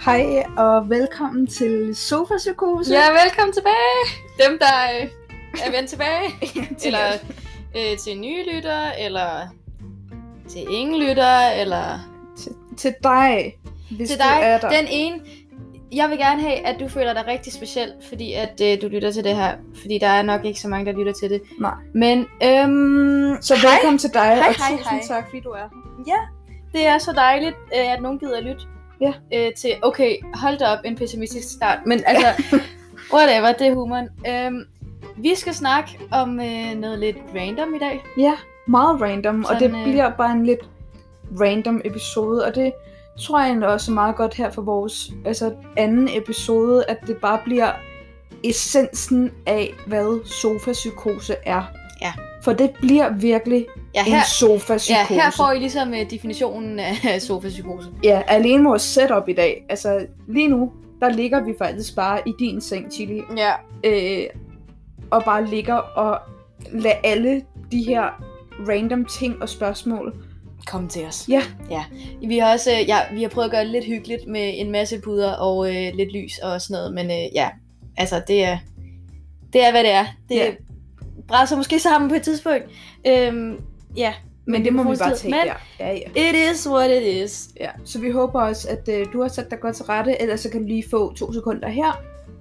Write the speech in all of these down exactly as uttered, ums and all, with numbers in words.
Hej og velkommen til Sofapsykose. Ja, velkommen tilbage. Dem, der øh, er vendt tilbage. eller øh, til nye lytter, eller til ingen lytter, eller... Til, til dig, hvis til du dig, er der. Den ene. Jeg vil gerne have, at du føler dig rigtig speciel, fordi at øh, du lytter til det her. Fordi der er nok ikke så mange, der lytter til det. Nej. Men, øhm, Så hej. velkommen til dig, Hej, og hej, tusind hej. tak, fordi du er her. Ja, det er så dejligt, øh, at nogen gider at lytte Ja. øh, til, okay, hold da op, en pessimistisk start, men altså, whatever, det er humoren. Øhm, vi skal snakke om øh, noget lidt random i dag. Ja, meget random, Sådan, og det øh, bliver bare en lidt random episode, og det tror jeg egentlig også er meget godt her for vores altså, anden episode, at det bare bliver essensen af, hvad sofapsykose er. Ja. For det bliver virkelig Ja, en her, sofapsykose. ja, her får I ligesom uh, definitionen af sofapsykose. Ja, alene vores setup i dag. Altså, lige nu, der ligger vi faktisk bare i din seng, Chili. Ja. Øh, og bare ligger og lader alle de her random ting og spørgsmål. Kom til os. Ja. Ja. Vi har også, øh, ja, vi har prøvet at gøre det lidt hyggeligt med en masse puder og øh, lidt lys og sådan noget, men øh, ja, altså det er, det er hvad det er. Det Ja. brænder måske sammen på et tidspunkt. Øhm, ja. Men det må vi bare tage men der. Ja, ja. It is what it is. Ja. Så vi håber også, at øh, du har sat dig godt til rette, ellers så kan du lige få to sekunder her.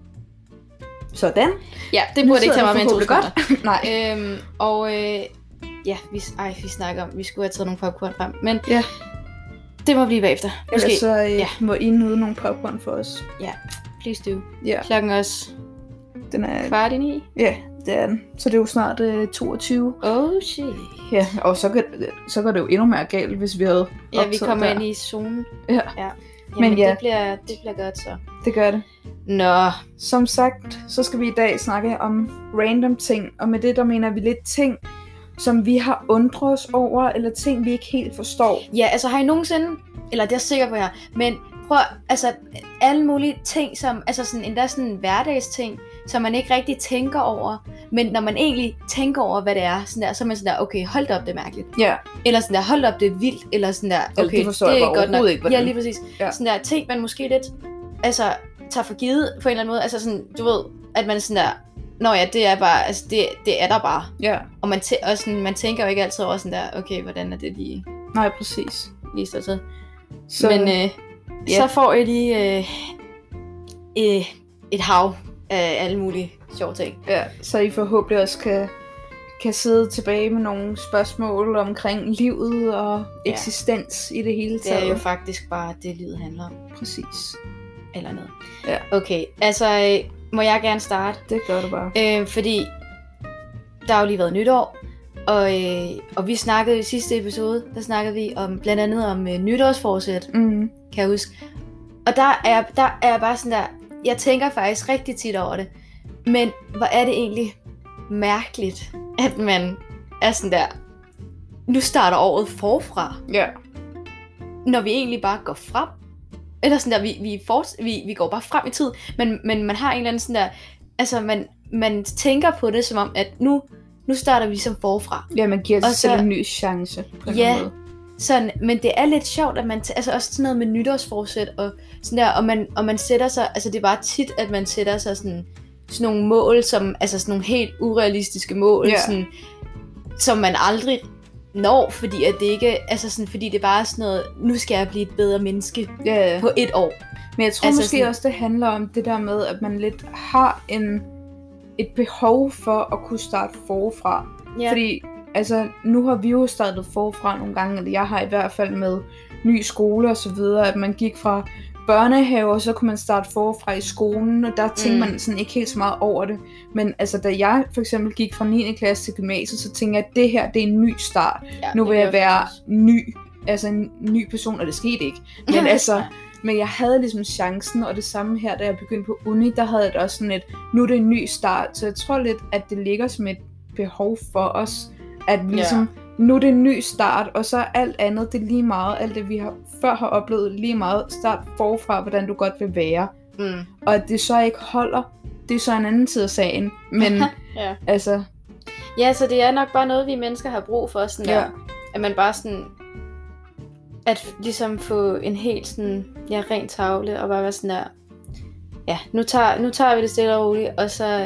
Sådan. Ja, det Nu burde ikke sidder tage mig du med en to forhåbentlig sekunder. Nej. Øhm, og øh, ja, vi, ej, vi snakker om, vi skulle have taget nogle popcorn frem, men Ja. det må blive bagefter. Måske. Ellers så øh, ja. må I nyde nogle popcorn for os. Please do. Ja. Klokken også Den er... kvart i ni. Ja, det er den. Så det er jo snart øh, toogtyve. Oh shit. Ja, og så går, så går det jo endnu mere galt, hvis vi havde Ja, vi optaget kommer der. ind i zonen. Ja. ja. Jamen, Men ja. det bliver, det bliver godt så. Det gør det. Nå. Som sagt, så skal vi i dag snakke om random ting, og med det der mener vi lidt ting, som vi har undret os over, eller ting vi ikke helt forstår. Ja, altså har I nogensinde, eller det er jeg sikker på jer, men prøv, altså alle mulige ting, som, altså sådan endda sådan hverdagsting, som man ikke rigtig tænker over, men når man egentlig tænker over, hvad det er, sådan der, så er man sådan der, okay, hold da op, det er mærkeligt. Ja, Eller sådan der, hold op, det er vildt. Eller sådan der, Eller okay, det forstår det jeg er bare godt nok. overhovedet ikke, hvordan. Ja, lige præcis. Ja. Sådan der ting, man måske lidt, altså, tager for givet på en eller anden måde. Altså sådan, du ved, at man sådan der, nå ja, det er bare, altså det, det er der bare. ja. Og man, tæ- og sådan, man tænker jo ikke altid over sådan der, okay, hvordan er det lige, Nej, præcis. lige står til. Så, Men øh, ja. så får I lige øh, øh, et hav af alle mulige sjove ting. ja, så I forhåbentlig også kan, kan sidde tilbage med nogle spørgsmål omkring livet og Ja. eksistens i det hele Det taget. er jo faktisk bare det, livet handler om. Præcis. Eller noget. Ja. Okay, altså, øh, må jeg gerne starte? Det gør det bare. Øh, fordi der har jo lige været nytår, og, øh, og vi snakkede i sidste episode, der snakkede vi om blandt andet om øh, nytårsforsæt, Mm. kan jeg huske. Og der er, der er jeg bare sådan der, jeg tænker faktisk rigtig tit over det, men hvor er det egentlig mærkeligt, at man er sådan der, nu starter året forfra, Ja. når vi egentlig bare går frem. Eller sådan der, vi, vi, forts- vi, vi går bare frem i tid, men, men man har en eller anden sådan der, altså man, man tænker på det som om, at nu, nu starter vi som forfra. Ja, man giver sig Og selv så- en ny chance. På en Ja. måde. Sådan, men det er lidt sjovt, at man, t- altså også sådan noget med nytårsforsæt, og sådan der, og man, og man sætter sig, altså det er bare tit, at man sætter sig sådan, sådan nogle mål, som, altså sådan nogle helt urealistiske mål, Ja. sådan, som man aldrig når, fordi at det ikke, altså sådan, fordi det bare er sådan noget, nu skal jeg blive et bedre menneske Ja, ja. på et år. Men jeg tror Altså måske sådan- også, det handler om det der med, at man lidt har en, et behov for at kunne starte forfra. Ja. Fordi altså, nu har vi jo startet forfra nogle gange, eller jeg har i hvert fald med ny skole og så videre, at man gik fra børnehave, og så kunne man starte forfra i skolen, og der tænkte Mm. man sådan ikke helt så meget over det. Men altså, da jeg for eksempel gik fra niende klasse til gymnasiet, så tænkte jeg, at det her, det er en ny start. Ja, Nu det vil gør jeg være faktisk. ny, altså en ny person, og det skete ikke. Men altså, men jeg havde ligesom chancen, og det samme her, da jeg begyndte på uni, der havde jeg det også sådan lidt, nu er det en ny start. Så jeg tror lidt, at det ligger som et behov for os, at vi Ja. ligesom, nu er det en ny start, og så alt andet, det er lige meget, alt det vi har før har oplevet, lige meget, start forfra, hvordan du godt vil være. Mm. Og at det så ikke holder, det er så en anden side af sagen. Men Ja. altså, Ja, så det er nok bare noget, vi mennesker har brug for, sådan Ja. der, at man bare sådan, at ligesom få en helt sådan, ja, ren tavle, og bare være sådan der, ja, nu tager, nu tager vi det stille og roligt, og så,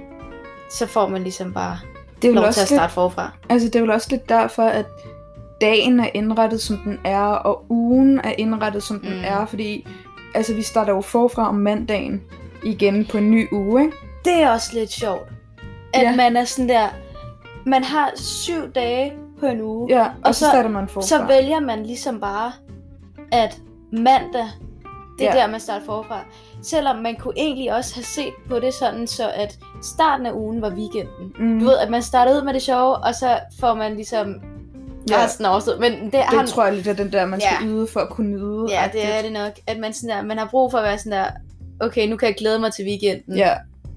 så får man ligesom bare det er lov også til at starte lidt, forfra. Altså det er vel også lidt derfor, at dagen er indrettet, som den er, og ugen er indrettet, som den Mm. er, fordi altså, vi starter jo forfra om mandagen igen på en ny uge, ikke? Det er også lidt sjovt, at Ja. man er sådan der, man har syv dage på en uge, Ja, og, Og og så, så- så starter man forfra. så vælger man ligesom bare, at mandag, det er Ja. der, man starter forfra. Selvom man kunne egentlig også have set på det sådan, så at starten af ugen var weekenden. Mm. Du ved, at man starter ud med det sjove, og så får man ligesom Ja. resten overstået. Men det, har, Det tror jeg lidt er den der, man skal Ja. yde for at kunne nyde. ja, det er det nok. At man, sådan der, man har brug for at være sådan der, okay, nu kan jeg glæde mig til weekenden. Ja,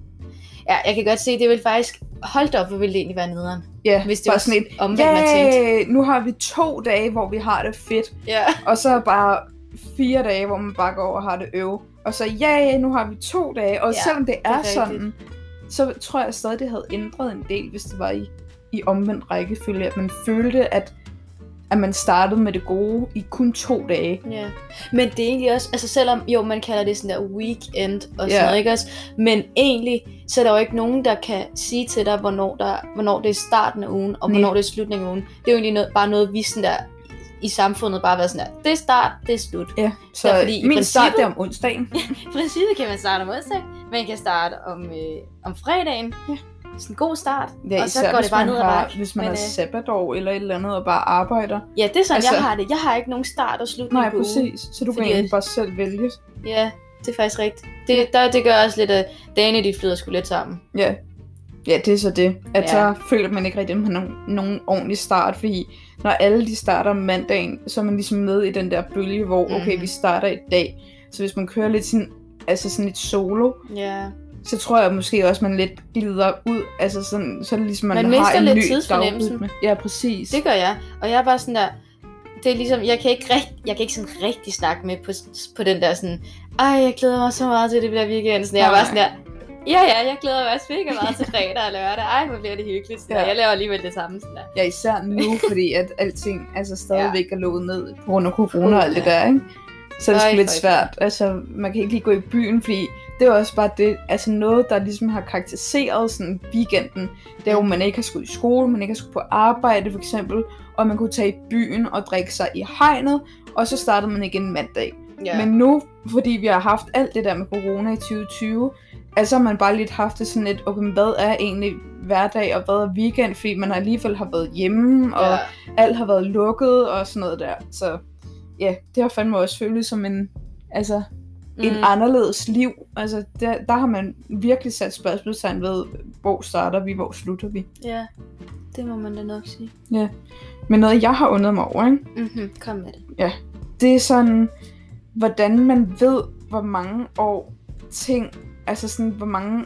ja jeg kan godt se, det vil faktisk, hold op, hvor ville det egentlig være nederen. ja. Hvis det bare var sådan et, omvendt, man tænkte. yeah, nu har vi to dage, hvor vi har det fedt. Ja. Og så bare fire dage, hvor man bare går over og har det øve. Og så ja, nu har vi to dage. Og Ja, selvom det er, det er sådan, så tror jeg stadig, det havde ændret en del, hvis det var i, i omvendt rækkefølge. At man følte, at, at man startede med det gode i kun to dage. Ja, men det er egentlig også, altså selvom, jo, man kalder det sådan der weekend og sådan Ja. noget, ikke også? Men egentlig, så er der jo ikke nogen, der kan sige til dig, hvornår, der, hvornår det er starten af ugen, og Nej. hvornår det er slutningen af ugen. Det er jo egentlig noget, bare noget, vi sådan der i samfundet bare været sådan der, det er start, det er slut. Ja, så Ja, fordi i min start princippet- det er om onsdagen. I princippet kan man starte om onsdag, man kan starte om, øh, om fredagen. Ja. Sådan en god start, Ja, og så især går hvis det bare man ned ad har, bakke. hvis man Men, har øh, sabbatår eller et eller andet og bare arbejder. Ja, det er sådan, altså- jeg har det. Jeg har ikke nogen start og slutning Nej, på ugen. præcis. Så du kan Fordi egentlig at- bare selv vælge. Ja, det er faktisk rigtigt. Det, der, det gør også lidt, at dagene de flyder sgu lidt sammen. Ja. Ja, det er så det. At Ja. så føler man ikke rigtig, at man har nogen, nogen ordentlig start, fordi når alle de starter om mandagen, så er man ligesom med i den der bølge, hvor okay, Mhm. vi starter i dag. Så hvis man kører lidt sådan, altså sådan et solo, Ja. så tror jeg måske også, man lidt glider ud. Altså sådan, så er det ligesom, man, Man har mister en lidt ny tidsfornemmelsen. dagrytme. Ja, præcis. Det gør jeg. Og jeg er bare sådan der, det er ligesom, jeg kan ikke, rigt, jeg kan ikke sådan rigtig snakke med på, på den der sådan, ej, jeg glæder mig så meget til, det bliver weekend. Sådan, jeg er Nej. bare sådan der, ja, ja, jeg glæder mig også mega meget til fredag og lørdag. Ej, hvor bliver det hyggeligt. Sådan Ja. der. Jeg laver alligevel det samme. Sådan der. Ja, især nu, fordi at alting altså stadigvæk er lukket ned på grund af corona Uh, og alt det der, ikke? Så er det Øj, sgu lidt for svært. Altså, man kan ikke lige gå i byen, fordi det er også bare det, altså noget, der ligesom har karakteriseret sådan weekenden, det er jo, at man ikke har skulle i skole, man ikke har skulle på arbejde for eksempel, og man kunne tage i byen og drikke sig i hegnet, og så startede man igen mandag. Ja. Men nu, fordi vi har haft alt det der med corona i tyve tyve, altså har man bare lidt haft det sådan lidt, okay, men hvad er egentlig hverdag, og hvad er weekend, fordi man alligevel har været hjemme, og ja. alt har været lukket, og sådan noget der. Så ja, det har fandme også føltes som en, altså, mm. en anderledes liv. Altså, der, der har man virkelig sat spørgsmålstegn ved, hvor starter vi, hvor slutter vi. Ja, det må man da nok sige. Ja. Men noget, jeg har undret mig over, ikke? Mm-hmm. Kom med det. Det er sådan, hvordan man ved, hvor mange år ting, altså sådan, hvor mange,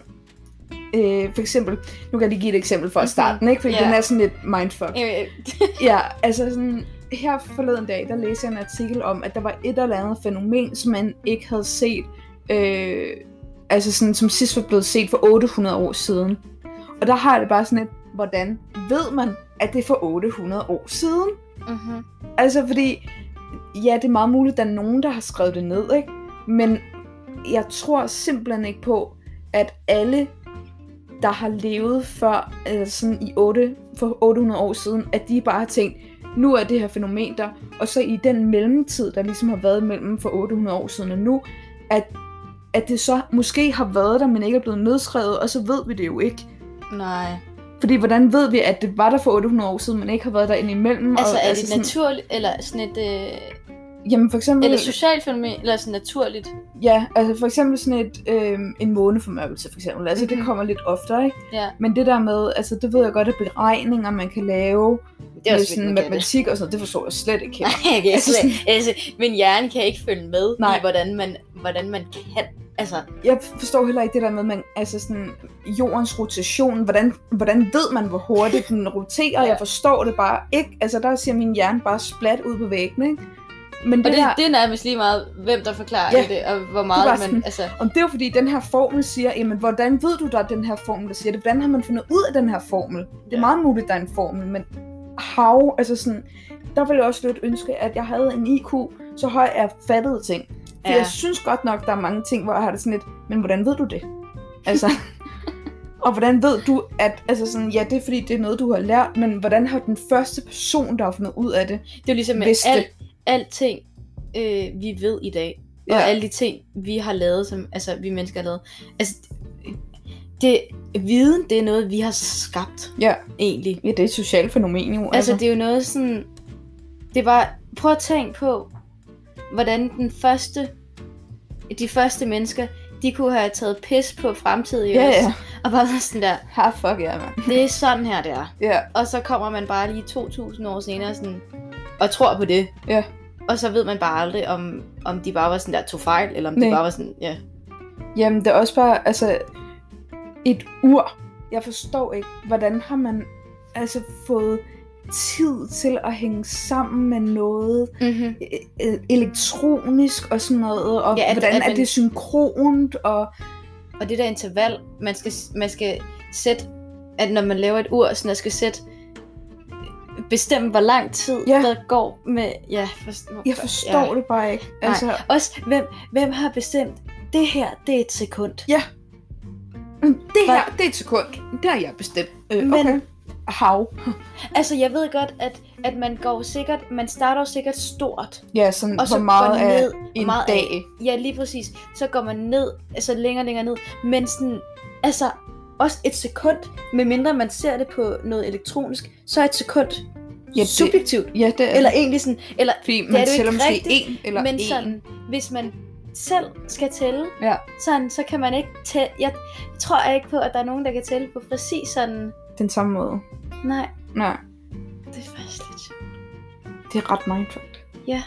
øh, for eksempel, nu kan jeg lige give et eksempel for at starte den, ikke? Fordi Ja. den er sådan lidt mindfuck. Øh, Ja, altså sådan, her forleden dag, der læste jeg en artikel om, at der var et eller andet fænomen, som man ikke havde set, øh, altså sådan, som sidst var blevet set for otte hundrede år siden. Og der har jeg det bare sådan lidt, hvordan ved man, at det er for otte hundrede år siden? mm-hmm. Altså fordi, ja, det er meget muligt, at der er nogen, der har skrevet det ned, ikke? Men jeg tror simpelthen ikke på, at alle, der har levet før, eller sådan i otte, for otte hundrede år siden, at de bare har tænkt, nu er det her fænomen der, og så i den mellemtid, der ligesom har været mellem for otte hundrede år siden og nu, at, at det så måske har været der, men ikke er blevet nedskrevet, og så ved vi det jo ikke. Nej. Fordi hvordan ved vi, at det var der for otte hundrede år siden, men ikke har været der indimellem? Altså, og, er altså det sådan, naturligt, eller sådan et, øh, Jamen for eksempel... eller socialt fænomen, eller sådan naturligt? Ja, altså for eksempel sådan et, øh, en måneformørkelse for eksempel. Altså Mhm. det kommer lidt oftere, ikke? Ja. Men det der med, altså det ved jeg godt, at beregninger man kan lave, Det er med også sådan vildt, man kan det. matematik og sådan noget, det forstår jeg slet ikke. Nej, jeg kan Altså altså, altså, min hjerne kan ikke følge med Nej. i, hvordan man, hvordan man kan. Altså, Jeg forstår heller ikke det der med, man, altså sådan, jordens rotation, hvordan, hvordan ved man, hvor hurtigt den roterer? Ja. Jeg forstår det bare ikke. Altså der siger min hjerne bare splat ud på væggen, ikke? Men og det, det, der, det er nærmest lige meget, hvem der forklarer Ja. det, og hvor Det meget var man, sådan- altså, og det er jo fordi, den her formel siger, jamen hvordan ved du, der er den her formel, der siger det? Hvordan har man fundet ud af den her formel? Det er Ja. meget muligt, der er en formel, men how, altså sådan, der ville jeg også lidt ønske, at jeg havde en I Q så høj, at jeg fattede ting. For Ja. jeg synes godt nok, der er mange ting, hvor jeg har det sådan lidt, men hvordan ved du det? Altså, og hvordan ved du, at, altså sådan, ja, det er fordi, det er noget, du har lært, men hvordan har den første person, der har fundet ud af det, Det er jo ligesom med vidst det? alt, alting, øh, vi ved i dag. Og Ja. alle de ting, vi har lavet, som altså, vi mennesker har lavet. Altså, det, viden, det er noget, vi har skabt, Ja, egentlig. ja det er et socialt fænomen jo. Altså, det er jo noget sådan... Det var... Prøv at tænke på, hvordan den første... De første mennesker, de kunne have taget pis på fremtiden i Ja, os. ja. Og bare været sådan der, Ha, fuck ja, mand. det er sådan her, det er. Ja, Og så kommer man bare lige to tusind år senere sådan, og tror på det. ja. Og så ved man bare aldrig, om, om de bare var sådan der tog fejl, eller om Nej. de bare var sådan, ja. Jamen, det er også bare, altså, et ur. Jeg forstår ikke, hvordan har man altså fået tid til at hænge sammen med noget Mm-hmm. øh, elektronisk og sådan noget, og Ja, ja, at- hvordan at er man- det synkront, og Og det der interval, man skal, man skal sætte, at når man laver et ur, sådan at skal sætte, bestemme hvor lang tid, Ja. der går med, ja. For, jeg forstår ja. det bare ikke. Nej. Altså, Også, hvem, hvem har bestemt, det her, det er et sekund. det Hvad- her, det er et sekund. Det har jeg bestemt. Øh, Men- okay. Hav. Altså, jeg ved godt, at, at man går sikkert, man starter jo sikkert stort. Ja, sådan, Og så hvor meget går ned, af en meget dag. Af. Ja, lige præcis. Så går man ned, altså længere længere ned. Men sådan, altså, også et sekund, medmindre man ser det på noget elektronisk, så er et sekund Ja, det- subjektivt. Ja, det er Eller egentlig sådan, eller fordi det er man det jo tæller ikke måske rigtigt, en eller men en. sådan, hvis man selv skal tælle, Ja. sådan, så kan man ikke tælle. Jeg tror ikke på, at der er nogen, der kan tælle på præcis sådan. Den samme måde. Nej, Nej, det er faktisk lidt sjovt. det er ret mindfucked. Ja.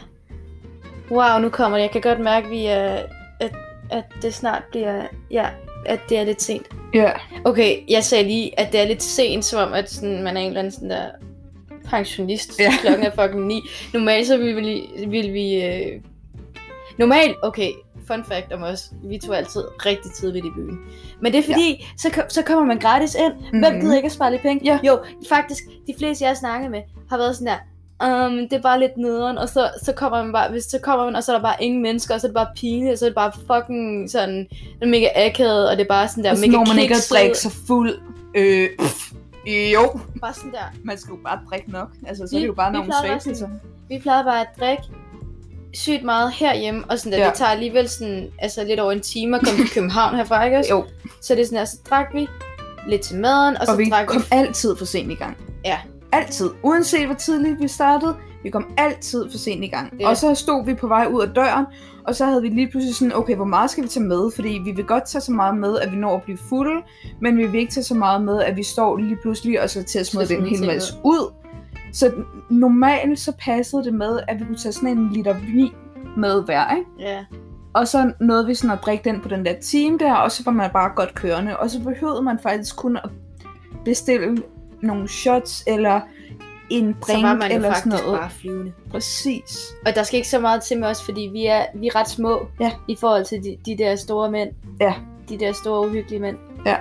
Wow, nu kommer det. Jeg kan godt mærke, at, vi er, at, at det snart bliver... Ja, at det er lidt sent. Ja, Okay, jeg sagde lige, at det er lidt sent, som om, at sådan, man er en eller anden sådan der pensionist. Ja. Ja. Klokken er fucking ni. Normalt så ville vi... Ville vi øh... Normalt, okay, fun fact om os. Vi tog altid rigtig tidligt i byen. Men det er fordi, ja. så, ko- så kommer man gratis ind. Mm-hmm. Hvem Mhm. gider ikke at spare lidt penge? Ja. Jo, faktisk, de fleste jeg har snakket med, har været sådan der, um, det er bare lidt nederen, og så, så kommer man bare, hvis så kommer man, og så er der bare ingen mennesker, og så er det bare pinligt, og så er det bare fucking sådan, det er mega akavet, og det er bare sådan der og så mega når man ikke at kikset. drikke sig fuld. Øh, pff, jo. Bare sådan der. Man skal jo bare drikke nok. Altså, så Vi- er det jo bare vi nogle plejede bare svagelser. Vi plejede bare at drikke sygt meget herhjemme, og sådan der, Ja. ja. det tager alligevel sådan, altså lidt over en time at komme til København herfra, ikke også? Jo, Så det er sådan der, så drak vi lidt til maden, og, og så vi drak kom vi... altid for sent i gang. Ja. Altid. Uanset hvor tidligt vi startede, vi kom altid for sent i gang. Ja. Og så stod vi på vej ud af døren, og så havde vi lige pludselig sådan, okay, hvor meget skal vi tage med? Fordi vi vil godt tage så meget med, at vi når at blive fulde, men vi vil ikke tage så meget med, at vi står lige pludselig og så til at smide Så den smide hele ting masse ud. Så normalt så passede det med, at vi kunne tage sådan en liter vin med hver, ikke? Ja. Og så nåede vi sådan at drikke den på den der time der, og så var man bare godt kørende. Og så behøvede man faktisk kun at bestille nogle shots, eller en Så var drink, man jo eller sådan faktisk noget. bare flyvende. Præcis. Og der skal ikke så meget til med os, fordi vi er, vi er ret små Ja. i forhold til de, de der store mænd. Ja. De der store, uhyggelige mænd. Ja.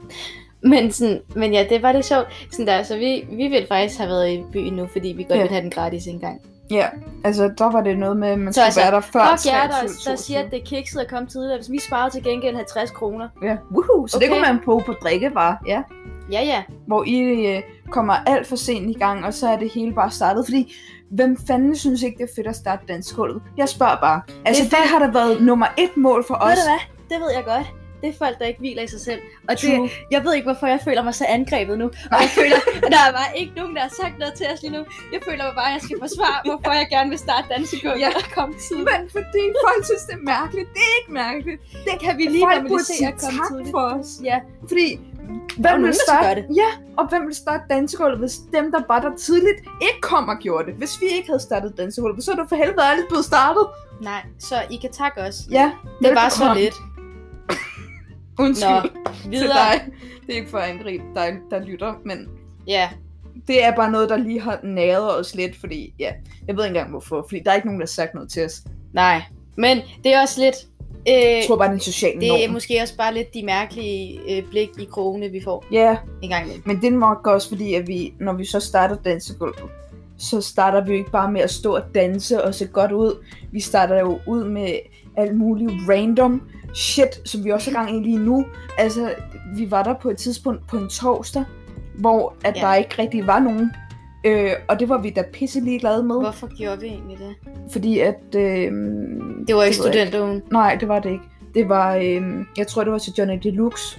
Men, sådan, men ja, det var det sjovt. Sådan der, så vi, vi ville faktisk have været i byen nu, fordi vi godt Ja. ville have den gratis engang. Ja, altså der var det noget med, at man Så skulle altså, være der før Fuck jer, der, treogtyve, der siger, at det er kikset at komme tidligere. Hvis vi sparede til gengæld halvtreds kroner. Ja, woohoo, så okay. det Okay. kunne man bruge på drikkevarer, ja. Ja, ja. Hvor I øh, kommer alt for sent i gang, og så er det hele bare startet. Fordi, hvem fanden synes ikke, det er fedt at starte dansegulvet? Jeg spørger bare. Altså, det, Det er det har da været nummer et mål for os. Ved du hvad? Det ved jeg godt. Det er folk, der ikke hviler i sig selv. Og det, True. jeg ved ikke, hvorfor jeg føler mig så angrebet nu. Og jeg føler, at der er bare ikke nogen, der har sagt noget til os lige nu. Jeg føler mig bare, at jeg skal forsvare, hvorfor jeg gerne vil starte dansegulvet Ja. og komme tidligt. Men fordi folk synes, det er mærkeligt. Det er ikke mærkeligt. Det kan vi lige Folk burde normalisere sige at komme tak tidligt. for os. Ja, Fordi, er hvem nogen, vil der skal starte? gøre det. Ja, og hvem vil starte dansegulvet, hvis dem, der var der tidligt, ikke kom og gjorde det? Hvis vi ikke havde startet dansegulvet, så er det for helvede aldrig blevet startet. nej. Så I kan takke os. Ja, Det var så velbekomme. lidt. Undskyld Nå, til videre. dig. Det er ikke for at angribe dig, der lytter, men Ja, det er bare noget, der lige har næret os lidt, fordi, ja, jeg ved ikke engang hvorfor, fordi der er ikke nogen, der har sagt noget til os. nej. Men det er også lidt... Øh, Jeg tror bare, det er en social det er norm. måske også bare lidt de mærkelige øh, blik i krogene, vi får Ja, en gang imellem. men det er nok også fordi, at vi, når vi så starter dansegulvet, så starter vi jo ikke bare med at stå og danse og se godt ud. Vi starter jo ud med alt muligt random shit, som vi også er gang i lige nu. Altså, vi var der på et tidspunkt på en torsdag, hvor at ja. der ikke rigtig var nogen. Øh, og det var vi da pisse ligeglade med. Hvorfor gjorde vi egentlig det? Fordi at... Øh, det var ikke studenterugen? Nej, det var det ikke. Det var, øh, jeg tror det var til Johnny Deluxe.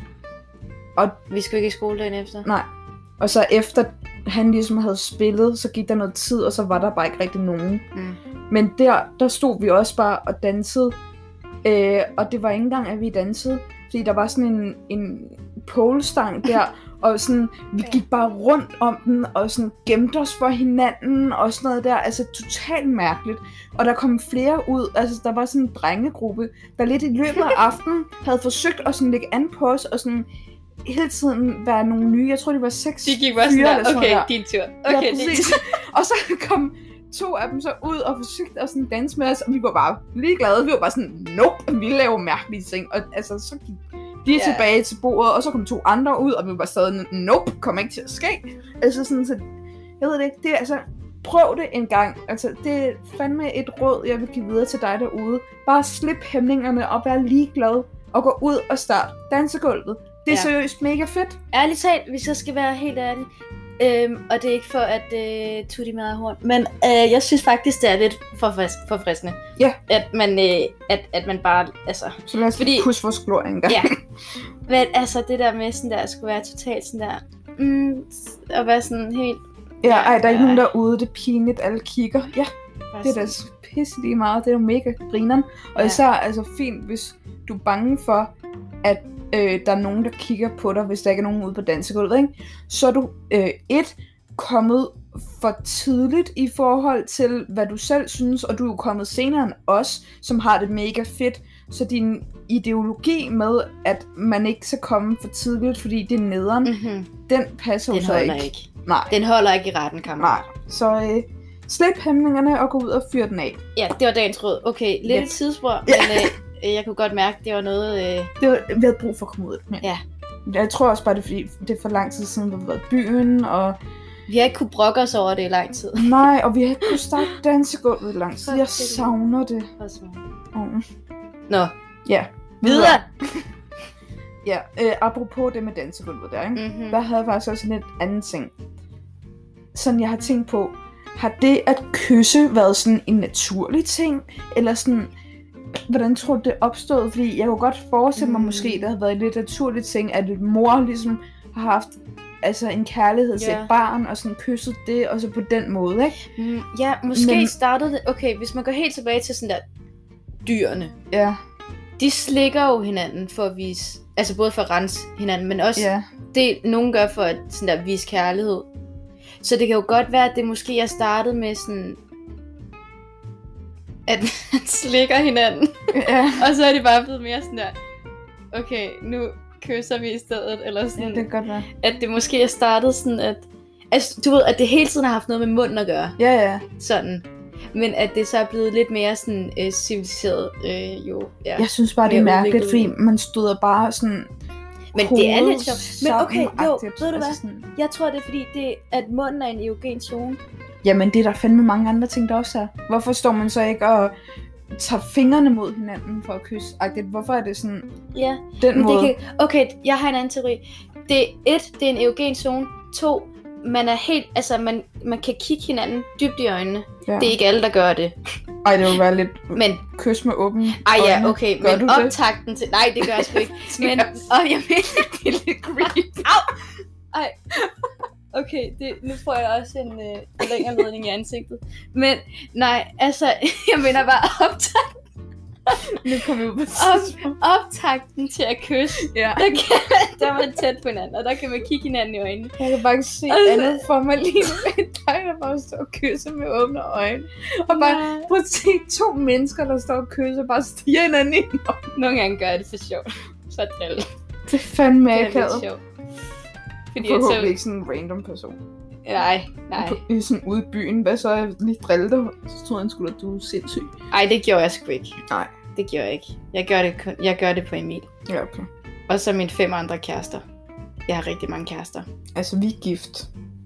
Og vi skulle ikke i skole dagen efter? Nej. Og så efter han ligesom havde spillet, så gik der noget tid, og så var der bare ikke rigtig nogen. Mm. Men der, der stod vi også bare og dansede. Øh, og det var ikke engang, at vi dansede. Fordi der var sådan en, en polestang der, og sådan, vi gik bare rundt om den, og sådan gemte os for hinanden, og sådan noget der. Altså totalt mærkeligt. Og der kom flere ud, altså der var sådan en drengegruppe, der lidt i løbet af aftenen havde forsøgt at sådan lægge an på os, og sådan hele tiden være nogle nye. Jeg tror, det var seks fyre. De gik bare sådan der, okay, der. Din tur. Okay, ja, din tur. Og så kom to af dem så ud og forsøgte at sådan danse med os, og vi var bare ligeglade. Vi var bare sådan, nope, vi laver mærkelige ting. Og altså, så gik de yeah. tilbage til bordet, og så kom to andre ud, og vi var bare stadig, nope, kommer ikke til at ske. Altså sådan, så jeg ved det ikke, det er altså, prøv det en gang. Altså, det er fandme et råd, jeg vil give videre til dig derude. Bare slip hæmningerne og vær ligeglad, og gå ud og start dansegulvet. Det er ja. seriøst mega fedt. Ærligt talt, hvis jeg skal være helt ærlig. Øhm, og det er ikke for at øh, tutte meget horn. Men øh, jeg synes faktisk, det er lidt forfrisk- forfriskende. Ja. At man, øh, at, at man bare, altså... Så lad os fordi, pusse vores glor en gang. Ja. Men altså, det der med sådan der, at skulle være totalt sådan der... Mm, at være sådan helt... Ja, ej, der er ikke nogen derude, det er pinligt, alle kigger. Ja, det er da pisse lige meget, det er jo mega grineren. Og ja. især, altså fint, hvis du er bange for, at Øh, der er nogen, der kigger på dig, hvis der ikke er nogen ude på dansegulvet, ikke? Så er du øh, et kommet for tidligt i forhold til, hvad du selv synes, og du er jo kommet senere end os, som har det mega fedt. Så din ideologi med, at man ikke skal komme for tidligt, fordi det er nederen, mm-hmm. den passer den jo så ikke. ikke. ikke. Nej. Den holder ikke i retten, kammerat. Nej. Så øh, slip hæmningerne og gå ud og fyr den af. Ja, det var dagens råd. Okay, lidt yes. et tidsspor, ja. men... Øh, jeg kunne godt mærke, det var noget... Øh... Det var, vi havde brug for at komme ud. Ja. ja. Jeg tror også bare, det er fordi, det er for lang tid siden, vi har været i byen, og... Vi har ikke kunne brokke os over det i lang tid. Nej, og vi har ikke kunne starte dansegulvet i lang tid. Jeg savner det. Mm. Nå. Ja. Videre! ja, øh, apropos det med dansegulvet der, ikke? Mm-hmm. Der havde jeg faktisk også en lidt anden ting. Sådan, jeg har tænkt på, har det at kysse været sådan en naturlig ting? Eller sådan... Hvordan tror du det opstod? Fordi jeg kunne godt forestille mig mm. måske, det havde været en lidt naturlig ting, at et mor ligesom har haft altså en kærlighed til yeah. et barn, og sådan kysset det, og så på den måde, ikke? Mm, ja, måske Men... startede det... Okay, hvis man går helt tilbage til sådan der dyrene. Ja. De slikker jo hinanden for at vise... Altså både for at rense hinanden, men også ja. det, nogen gør for at sådan der vise kærlighed. Så det kan jo godt være, at det måske er startet med sådan... at man slikker hinanden. Ja. Og så er det bare blevet mere sådan der, okay, nu kysser vi i stedet, eller sådan. Ja, det kan godt være. At det måske er startet sådan, at, altså, du ved, at det hele tiden har haft noget med munden at gøre. Ja, ja. Sådan. Men at det så er blevet lidt mere sådan øh, civiliseret, øh, jo. Ja, jeg synes bare, det er mærkeligt, fordi man støder bare sådan... Men det er lidt sjovt. Men okay, jo, ved du hvad? Sådan... Jeg tror, det er fordi, det, at munden er en erogen zone. Jamen, det er der fandme mange andre ting, der også er. Hvorfor står man så ikke og tager fingrene mod hinanden for at kysse? Hvorfor er det sådan ja, den men måde? Det kan... Okay, jeg har en anden teori. Det er et, det er en erogen zone. To, man er helt, altså man, man kan kigge hinanden dybt i øjnene. Ja. Det er ikke alle, der gør det. Ej, det vil være lidt men... kys med åben Ej ja, okay, gør men optakten til... Nej, det gør jeg sgu ikke. Men, og jeg mener, det er lidt creepy. Au! Ej. Okay, det, nu får jeg også en øh, forlængerledning i ansigtet. Men nej, altså, jeg mener bare optakten. Nu kommer vi ud på Op, optakten til at kysse. Ja. Der, kan, der er man tæt på hinanden, og der kan man kigge hinanden i øjnene. Jeg kan bare ikke se altså... andet for mig lige med dig, der bare står og kysser med åbne øjne. Og bare prøv at se to mennesker, der står og kysser, bare stiger hinanden ind. Nogle gange gør jeg det for sjov. For drille. Det er fandme akavet. Det er lidt sjovt. Fordi jeg forhåbentlig så... ikke sådan en random person. Nej, nej. I sådan ude i byen, hvad så er jeg lige drille dig? Så troede han skulle, at du er sindssyg. Ej, det gjorde jeg sgu ikke. Nej. Det gjorde jeg ikke. Jeg gør det, kun... jeg gør det på Emil. Ja, okay. Og så mine fem andre kærester. Jeg har rigtig mange kærester. Altså, vi er gift.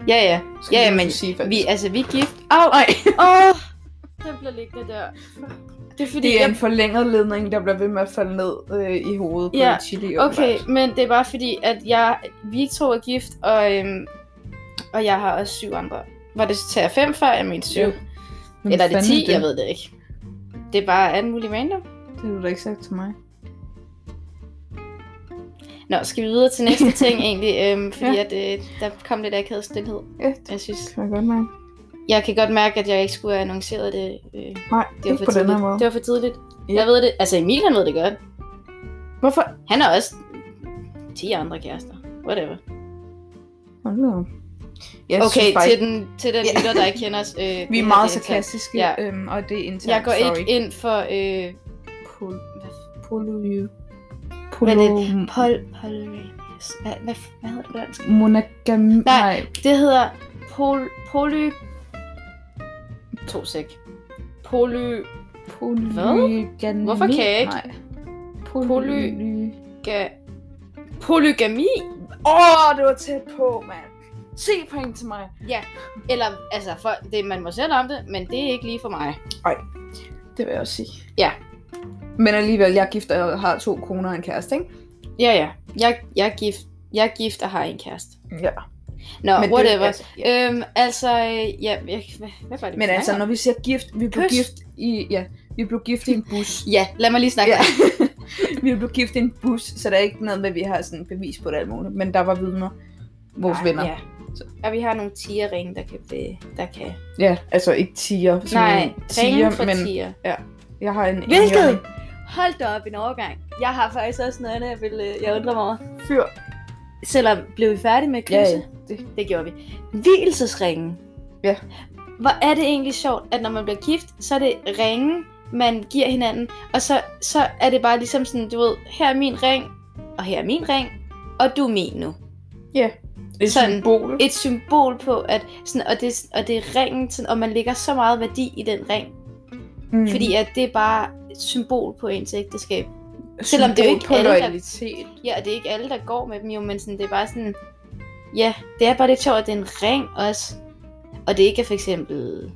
Ja, ja. Skal Ja, vi ja, også men sige, faktisk. vi, altså, vi er gift. Au! Nej. Åh! Den bliver liggende der. Det er fordi, Det er jeg... en forlænget ledning, der bliver ved med at falde ned øh, i hovedet på Ja, Chili. Okay, men det er bare fordi, at jeg, vi to er gift, og, øhm, og jeg har også syv andre. Var det tager fem før? Jeg mente syv. Ja. Hvem Eller er det fanden ti? det? Jeg ved det ikke. Det er bare alt muligt random. Det har du da ikke sagt til mig. Nå, skal vi videre til næste ting egentlig, øhm, fordi Ja. at, øh, der kom lidt akavet stillhed. Ja, Jeg synes, kan jeg godt mærke. jeg kan godt mærke, at jeg ikke skulle have annonceret det. Øh, Nej, det var ikke for på den tidligt. her måde. Det var for tidligt. Ja. Jeg ved det. Altså Emil, han ved det godt. Hvorfor? Han har også ti andre kærester. Whatever. Hold da op. Jeg Okay, synes bare til ikke- den, til den Ja. lytter, der ikke kender os. Øh, Vi det er her, meget det er sarkastiske, Ja. øhm, og det er internt. Jeg går Sorry. ikke ind for... Øh, Pol... Polo... Hvad er Polo... pol... Polarius. Hvad, hvad, hvad hedder det på dansk? Monogami... Nej. Det hedder pol... Poly... To sek. Poly... Polygami... Hvorfor kan jeg ikke? Nej. Poly- Ga... Polygami? Åh, oh, det var tæt på, mand. Se point til mig. Ja. Eller, altså, for, det, man må selv om det, men det er ikke lige for mig. Det vil jeg også sige. Ja. Men alligevel, jeg er gift og har to koner og en kæreste, ikke? Ja, ja. Jeg, jeg, er gift. jeg er gift og har en kæreste. Ja. Nå, Men det- whatever. altså, ja. Øhm, altså, øh, ja, jeg, hvad, hvad var det, vi Men altså, snakkede når om? vi siger gift, vi blev Kys. gift i... Ja, vi blev gift i en bus. Ja, lad mig lige snakke. Ja. Vi blev gift i en bus, så der er ikke noget med, at vi har sådan bevis på det alt muligt. Men der var vidner. Vores venner. Ja. Og vi har nogle tigerringe, der kan... Be, der kan... Ja, altså ikke tiger. som Nej, en ringe for men tiger. jeg har en... Hvilket? En Hold da op en overgang. Jeg har faktisk også noget andet, jeg, vil, øh, jeg undrer mig over. fyr. Selvom blev vi færdige med Ja, kysse? ja. Det. Det gjorde vi. Vielsesringen. Ja. Hvor er det egentlig sjovt, at når man bliver gift, så er det ringen, man giver hinanden. Og så, så er det bare ligesom sådan, du ved, her er min ring, og her er min ring, og du er min nu. Ja. Et Sådan. symbol. Et symbol på, at sådan, og, det, og det er ringen, sådan, og man lægger så meget værdi i den ring. Mm. Fordi at det er bare et symbol på ens ægteskab. selvom det er jo ikke på alle, der- loyalitet. Ja, og det er ikke alle, der går med dem jo, men sådan, det er bare sådan... Ja, det er bare lidt sjovt, at det er en ring også. Og det ikke er for eksempel...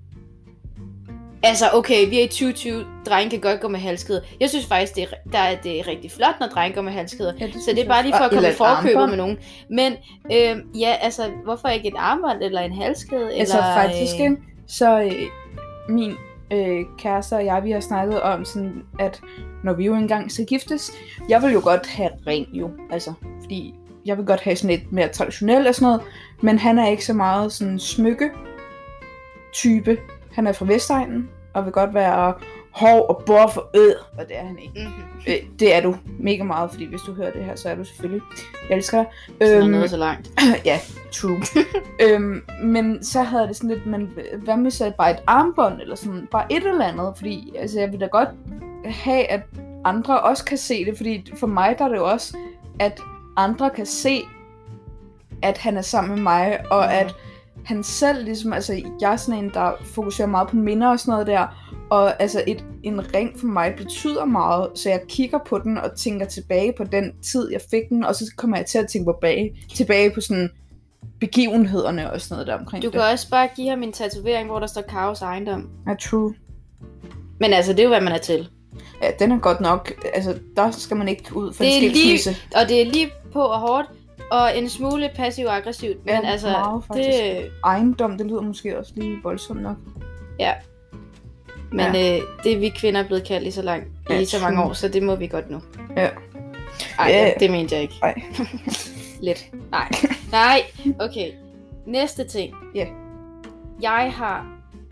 Altså, okay, vi er i tyve tyve. Drenge kan godt gå med halskæder. Jeg synes faktisk, det er, der er, det er rigtig flot, når drenge går med halskæder. Ja, det Så synes det er jeg bare lige også. for at komme Eller i et forkøbet armbånd. med nogen. Men øh, ja, altså, hvorfor ikke et armbånd eller en halskæde? Altså eller, faktisk, øh, ikke? Så øh, min øh, kæreste og jeg, vi har snakket om sådan, at når vi jo engang skal giftes, jeg vil jo godt have ring jo, altså, fordi jeg vil godt have sådan lidt mere traditionelt og sådan noget, men han er ikke så meget sådan smykke type. Han er fra Vestegnen, og vil godt være hård og bor for ød, og det er han ikke. Mm-hmm. Øh, det er du mega meget, fordi hvis du hører det her, så er du selvfølgelig. Jeg elsker dig. Så er Øhm, noget så langt. ja, true. øhm, men så havde det sådan lidt, men hvad med så bare et armbånd, eller sådan, bare et eller andet, fordi altså, jeg vil da godt have, at andre også kan se det, fordi for mig der er det jo også, at andre kan se, at han er sammen med mig, og Mhm. at han selv ligesom, altså jeg er sådan en, der fokuserer meget på minder og sådan noget der, og altså et, en ring for mig betyder meget, så jeg kigger på den og tænker tilbage på den tid, jeg fik den, og så kommer jeg til at tænke på bag, tilbage på sådan begivenhederne og sådan noget der omkring Du det. kan også bare give ham en tatovering, hvor der står Kaos ejendom. Ja, true. Men altså, det er jo, hvad man er til. Ja, den er godt nok, altså der skal man ikke ud for Det en er lige- skilsmisse. Og det er lige på og hårdt, og en smule passiv-aggressivt. Ja, Men altså, meget, faktisk. det... Ejendom, det lyder måske også lige voldsomt nok. Ja. Men ja. Øh, det er vi kvinder er blevet kaldt i så lang, Ja, i så mange true. år, så det må vi godt nu. Ja. Ej, Ja. det, det mente jeg ikke. Ej. Lidt. Nej. Nej. Okay. Næste ting. Ja. Jeg har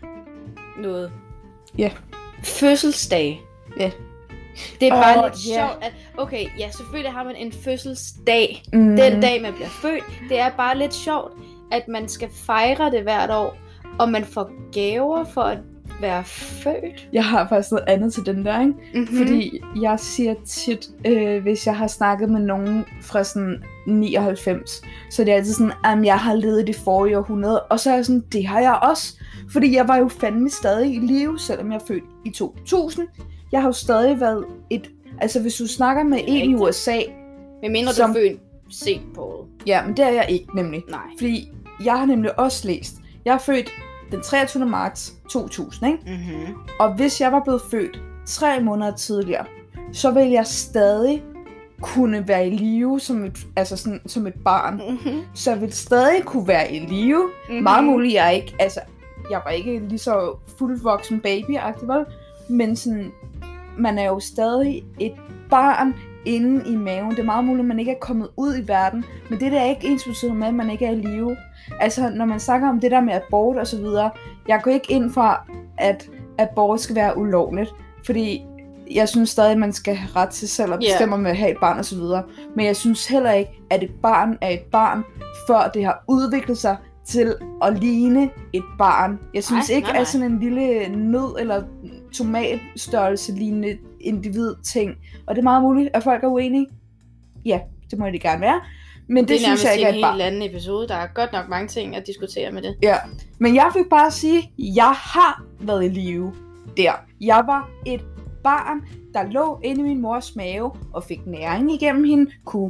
noget. Ja. Fødselsdag. Ja. Det er bare Åh, lidt ja. sjovt, at okay, ja, selvfølgelig har man en fødselsdag. Mm. Den dag, man bliver født. Det er bare lidt sjovt, at man skal fejre det hvert år, og man får gaver for at være født. Jeg har faktisk noget andet til den der, ikke? Mm-hmm. Fordi jeg siger tit, øh, hvis jeg har snakket med nogen fra sådan nioghalvfems, så det er altid sådan, at jeg har levet i det forrige århundrede, og så er jeg sådan, det har jeg også. Fordi jeg var jo fandme stadig i live, selvom jeg er født i to tusind. Jeg har jo stadig været et, altså hvis du snakker med Det er en i rigtigt. U S A, Men mindre som- du er født sent på året. ja, men det er jeg ikke nemlig. Nej. Fordi jeg har nemlig også læst, jeg er født den treogtyvende marts to tusind, ikke? Mm-hmm. Og hvis jeg var blevet født tre måneder tidligere, så ville jeg stadig kunne være i live som et, altså sådan, som et barn. Mm-hmm. Så jeg ville stadig kunne være i live. Mm-hmm. Meget muligt, jeg ikke, altså, jeg var ikke lige så fuldvoksen baby-agtig, vel? Men sådan, man er jo stadig et barn inde i maven. Det er meget muligt, at man ikke er kommet ud i verden, men det der er ikke ensbetydende med, at man ikke er i live. Altså, når man snakker om det der med abort og så videre, jeg går ikke ind for, at abort skal være ulovligt, fordi jeg synes stadig, at man skal have ret til selv at bestemme med at have et barn og så videre. Men jeg synes heller ikke, at et barn er et barn, før det har udviklet sig til at ligne et barn. Jeg synes nej, ikke, nej, nej. at sådan en lille nød eller tomatstørrelse lignende individ ting. Og det er meget muligt, at folk er uenige. Ja, det må det gerne være. Men det, Det er synes jeg ikke er et en barn. helt anden episode. Der er godt nok mange ting at diskutere med det. Ja, men jeg vil bare sige, at jeg har været i live der. Jeg var et barn, der lå inde i min mors mave og fik næring igennem hende, kunne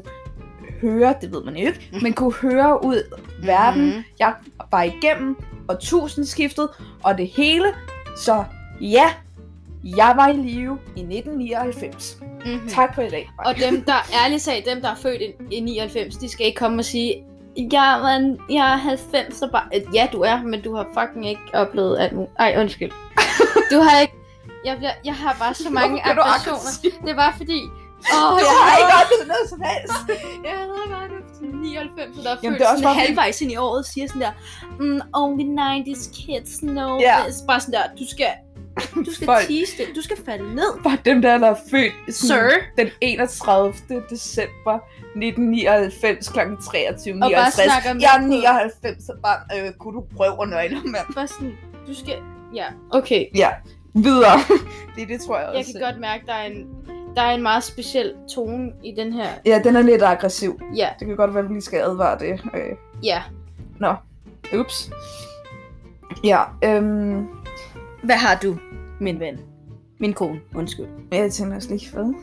høre, det ved man jo ikke, men kunne høre ud i verden. Mhm. Jeg var igennem årtusindskiftet og det hele, så ja, jeg var i live i nitten nioghalvfems. Mm-hmm. Tak for i dag. Og dem, der ærligt sagt, dem, der er født i, i nioghalvfems, de skal ikke komme og sige, jeg, man, jeg er halvfems, så bare... Ja, du er, men du har fucking ikke oplevet alt muligt. Ej, undskyld. Du har ikke... Jeg, bliver, jeg har bare så mange aggressioner. Det var fordi... Åh, Oh, jeg jeg har ikke havde- oplevet noget som helst. Jeg havde bare det nioghalvfems, så der er Jamen, født det er også sådan bare- halvvejs ind i året, siger sådan der, mm, only nineties kids know Ja. this. Bare sådan der, du skal... Du skal Folk- tease det. Du skal falde ned. Bare dem der, der er født sådan Sir. den enogtredivte december nitten nioghalvfems klokken treogtyve Og bare nioghalvtreds. snakker med Jeg er på- nioghalvfems, så bare, øh, kunne du prøve at nøgle, mand? Bare sådan, du skal... Ja, okay. Ja, videre. det, det tror jeg også. Jeg kan godt mærke, der er en, der er en meget speciel tone i den her. Ja, den er lidt aggressiv. Ja, Det kan godt være, at vi lige skal advare det. Øh, ja. Nå, ups. Ja, øhm, Hvad har du, min ven? Min kone, undskyld. jeg tænker også lige, hvad?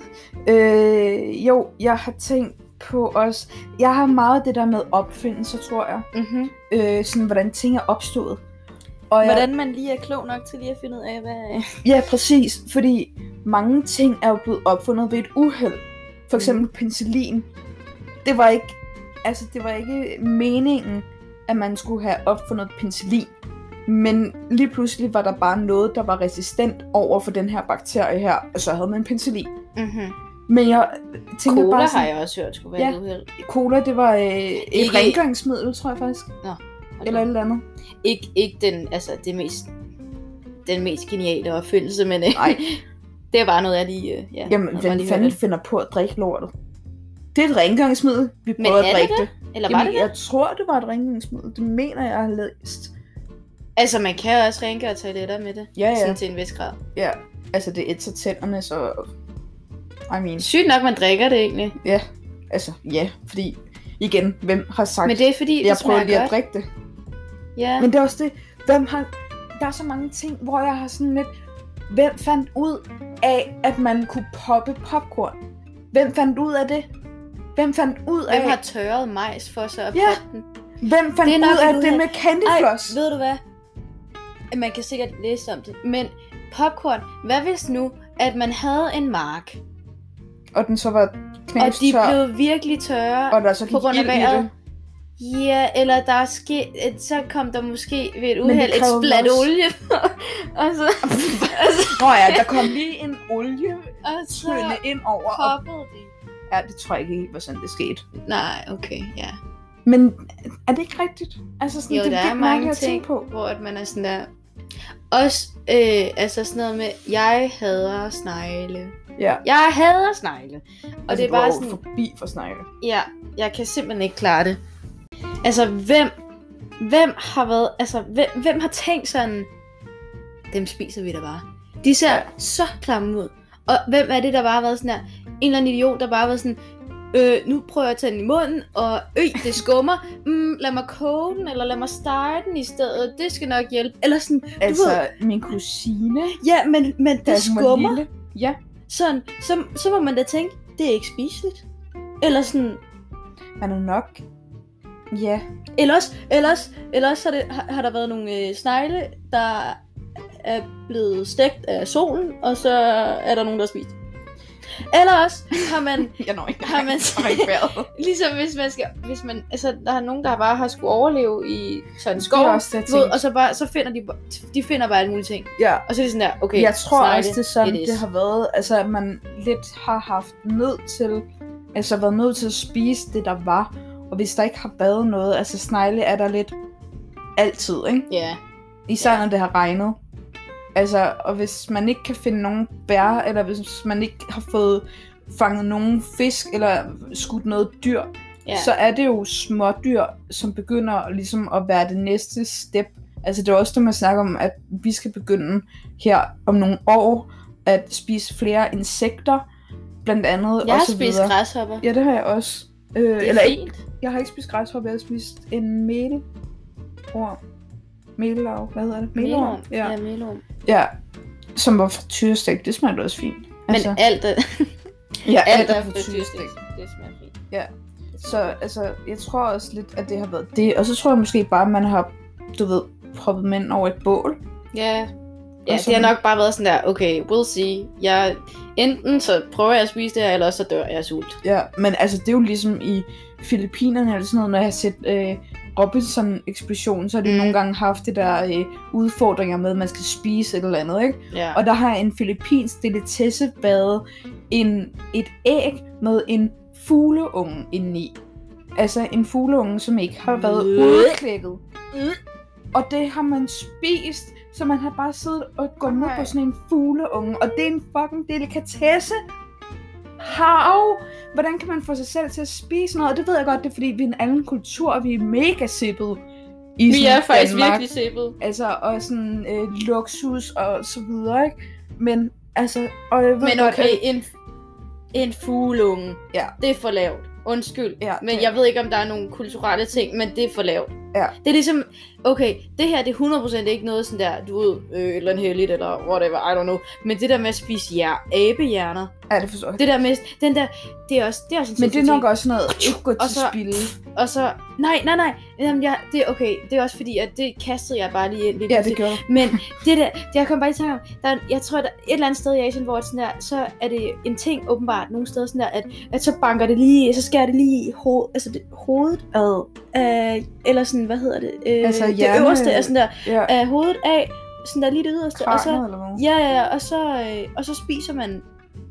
Øh, jo, jeg har tænkt på også, jeg har meget det der med opfindelser, tror jeg. Mm-hmm. Øh, sådan, hvordan ting er opstået. Og jeg, Hvordan man lige er klog nok til lige at finde ud af, hvad... Ja, præcis, fordi mange ting er jo blevet opfundet ved et uheld. For eksempel Mm. penicillin. Det var ikke, altså det var ikke meningen, at man skulle have opfundet penicillin. Men lige pludselig var der bare noget, der var resistent over for den her bakterie her, og så havde man penicillin. Mm-hmm. Men jeg tænker Cola bare har sådan, jeg også hørt skulle være Ja. et uheld. cola, det var øh, et Ikke- rengøringsmiddel, tror jeg faktisk. Eller et eller andet. Ikke, ikke den, altså det mest, den mest geniale opfindelse, men øh, Nej. det er bare noget, jeg lige... Øh, ja, Jamen, jeg bare hvem lige fanden hørte. finder på at drikke lortet? Det er et rengøringsmiddel. Vi Men prøver er at det drikke det? det. Eller var Jamen, det det? jeg tror, det var et rengøringsmiddel. Det mener jeg, jeg har læst. Altså, man kan også rengøre toiletter med det. Ja, ja. Sådan til en vis grad. Ja, altså det ætser tænderne, så... I mean, Sygt nok, man drikker det egentlig. ja. Altså, ja, fordi... Igen, hvem har sagt, Men det er fordi, jeg det prøver smager lige at godt. drikke det? Ja. Men det er også det, hvem har... Der er så mange ting, hvor jeg har sådan lidt... Hvem fandt ud af, at man kunne poppe popcorn? Hvem fandt ud af det? Hvem fandt ud af... Hvem har tørret majs for sig at Ja. poppe den? Hvem fandt Det er nok ud af et det uheld. med candyfloss? Ej, ved du hvad? Man kan sikkert læse om det. Men popcorn, hvad hvis nu, at man havde en mark, Og den så var og de knastør, blev virkelig tørre og der så gik på grund af ild i vejret? det. Ja, eller der er ske, så kom der måske ved et det uheld et kræver splat også- olie. og så, altså, Nå ja, der kom lige en olie og så tønde ind over. Og... poppede det. Ja, det tror jeg ikke helt var sådan, det skete. Nej, okay, ja. Men er det ikke rigtigt? Altså sådan, Jo, det der er er vildt mange mærkeligt at ting, tænke på. hvor at man er sådan der... Også, øh, altså sådan noget med, jeg hader snegle. Ja. Jeg hader snegle. Og Altså, det er du bare jo sådan, forbi for snegle. ja, jeg kan simpelthen ikke klare det. Altså, hvem, hvem har været, altså, hvem, hvem har tænkt sådan, dem spiser vi da bare. De ser Ja. så klamme ud. Og hvem er det, der bare har været sådan der, en eller anden idiot, der bare har været sådan, øh, nu prøver jeg at tage den i munden, og øj, det skummer. Mm, lad mig koge den, eller lad mig stege den i stedet. Det skal nok hjælpe. Eller sådan, du Altså, ved, min kusine, ja, men, men da det hun var skummer. lille. Ja, Sådan, så, så må man da tænke, det er ikke spiseligt. Eller sådan, man er nok Ja. Ellers, ellers, ellers har, det, har, har der været nogle øh, snegle, der er blevet stegt af solen, og så er der nogen, der har spist. Eller også har man... jeg når ikke. Har man ligesom hvis man skal... Hvis man, altså, der er nogen, der bare har skulle overleve i sådan en skov, ved, og så, bare, så finder de, de finder bare alle mulige ting. Ja. Og så er det sådan der, okay, jeg tror snegle, også, det er sådan, it is. det har været, altså at man lidt har haft nødt til, altså været nødt til at spise det, der var. Og hvis der ikke har været noget, altså snegle er der lidt altid, ikke? Ja. Yeah. Især når det har regnet. Altså, og hvis man ikke kan finde nogen bær, eller hvis man ikke har fået fanget nogen fisk, eller skudt noget dyr, yeah. så er det jo smådyr, som begynder ligesom at være det næste step. Altså, det er også det, man snakker om, at vi skal begynde her om nogle år, at spise flere insekter, blandt andet. Jeg og har så spist videre. græshopper. Ja, det har jeg også. Øh, det er eller fint. ikke, jeg har ikke spist græshopper, jeg har spist en mel. Ord. Melorm, hvad hedder det? Melorm. Ja. Ja, melorm. Ja, som var fra tyrestik. Det smagte også fint. Men altså, alt er... ja, alt, alt er er fra fra tyrestik. Det smager fint. Ja. Så altså, jeg tror også lidt, at det har været det. Og så tror jeg måske bare, at man har, du ved, proppet mænd over et bål. Ja, ja så... det har nok bare været sådan der, okay, we'll see. Jeg, enten så prøver jeg at spise det her, eller så dør jeg af sult. Ja, men altså, det er jo ligesom i Filippinerne eller sådan noget, når jeg har set øh, Robinson-ekspeditionen, så har de mm. nogle gange haft det der øh, udfordringer med, at man skal spise et eller andet, ikke? Ja. Og der har en filippinsk delikatesse været en, et æg med en fugleunge indeni. Altså en fugleunge, som ikke har været øh. udklækket. Øh. Og det har man spist, så man har bare siddet og gummet okay. på sådan en fugleunge. Og det er en fucking delikatesse. Hav! Hvordan kan man få sig selv til at spise noget? Og det ved jeg godt, det er fordi, vi er en anden kultur, og vi er mega sippet i Vi er faktisk Danmark. virkelig sippet. Altså, og sådan øh, luksus og så videre, ikke? Men altså, og jeg ved Men godt, okay, at... en, en fugleunge, ja. det er for lavt. Undskyld, ja, men det... jeg ved ikke, om der er nogle kulturelle ting, men det er for lavt. Ja. Det er ligesom, okay, det her det er hundrede procent ikke noget sådan der, du ved, øh, et eller andet heldigt, eller whatever, I don't know. Men det der med at spise hjer, abehjerner, ja, det forstår jeg. det der med, den der, det er også, det er også en men det er nok også noget, ikke gå til så, spilde. Og så, nej, nej, nej, jamen, jeg, det er okay, det er også fordi, at det kastede jeg bare lige ind. Lige ja, det gjorde Men det der, det jeg kom bare i tanke om, der er, jeg tror, der er et eller andet sted i Asien, hvor det sådan der, så er det en ting åbenbart, nogle steder sådan der, at, at så banker det lige, så skærer det lige i hoved, altså det, hovedet ad, øh, eller sådan, hvad hedder det, øh, altså, det hjerne, øverste er sådan der, ja. af hovedet af, sådan der lige det yderste, Kraner, og så, eller hvad? ja, ja, og så, øh, og så spiser man,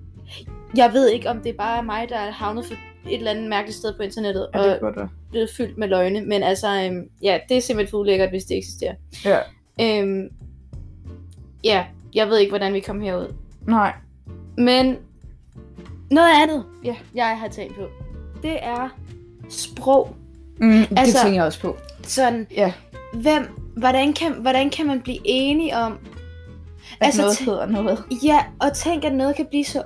jeg ved ikke, om det er bare mig, der er havnet for et eller andet mærkeligt sted på internettet, ja, det og det. blevet fyldt med løgne, men altså, øhm, ja, det er simpelthen for ulækkert, hvis det eksisterer. Ja. Øhm, ja, jeg ved ikke, hvordan vi kom herud. Nej. Men noget andet, ja. jeg har tænkt på, det er sprog. Mm, det altså, tænker jeg også på. Sådan, ja. hvem, hvordan kan, hvordan kan man blive enige om, at altså, noget hedder noget? Ja, og tænk, at noget kan blive så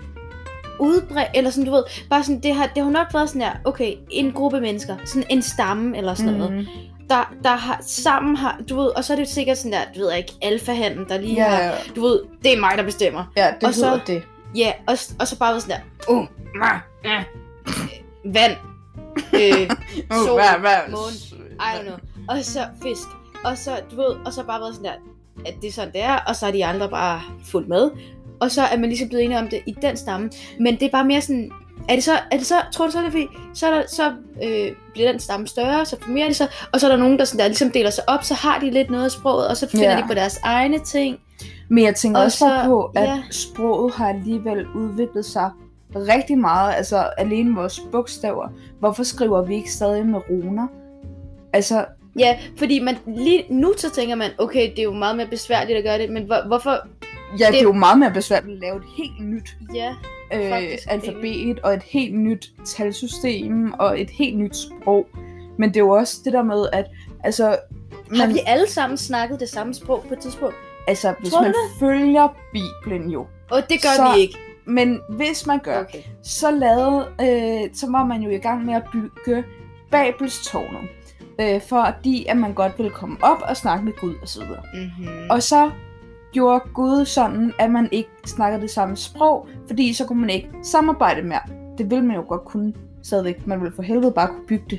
udbredt, eller sådan, du ved, bare sådan, det har, det har nok været sådan her, okay, en gruppe mennesker, sådan en stamme, eller sådan mm. noget, der, der har, sammen har, du ved, og så er det sikkert sådan der, du ved ikke, alfahannen, der lige ja, har, du ved, det er mig, der bestemmer. Ja, det og så, det. Ja, og, og så bare været sådan der, uh, uh, uh, vand, øh, sol, uh, måne, I don't know, og så fisk, og så, du ved, og så bare været sådan der, at det er sådan, det er, og så er de andre bare fuldt med. Og så er man ligesom blevet enige om det i den stamme. Men det er bare mere sådan, er det så, er det så, tror du så, er det fordi, så, er der, så øh, bliver den stamme større, så formerer de sig, og så er der nogen, der, sådan, der ligesom deler sig op, så har de lidt noget af sproget, og så finder ja. de på deres egne ting. Men jeg tænker og også så, på, at ja. sproget har alligevel udviklet sig rigtig meget, altså alene vores bogstaver. Hvorfor skriver vi ikke stadig med runer? Altså... Ja, fordi man, lige nu så tænker man, okay, det er jo meget mere besværligt at gøre det, men hvor, hvorfor... Ja, det... det er jo meget mere besværligt at lave et helt nyt ja, øh, alfabet, og et helt nyt talsystem, og et helt nyt sprog. Men det er jo også det der med, at... altså, man... Har vi alle sammen snakket det samme sprog på et tidspunkt? Altså, hvis Tror man det? følger Bibelen jo. Og det gør så... vi ikke. Men hvis man gør, okay. så, lavede, øh, så var man jo i gang med at bygge Babelstårnet. Øh, fordi at man godt ville komme op og snakke med Gud og så videre. Mm-hmm. Og så gjorde Gud sådan, at man ikke snakkede det samme sprog, fordi så kunne man ikke samarbejde mere. Det ville man jo godt kunne stadigvæk. Man ville for helvede bare kunne bygge det.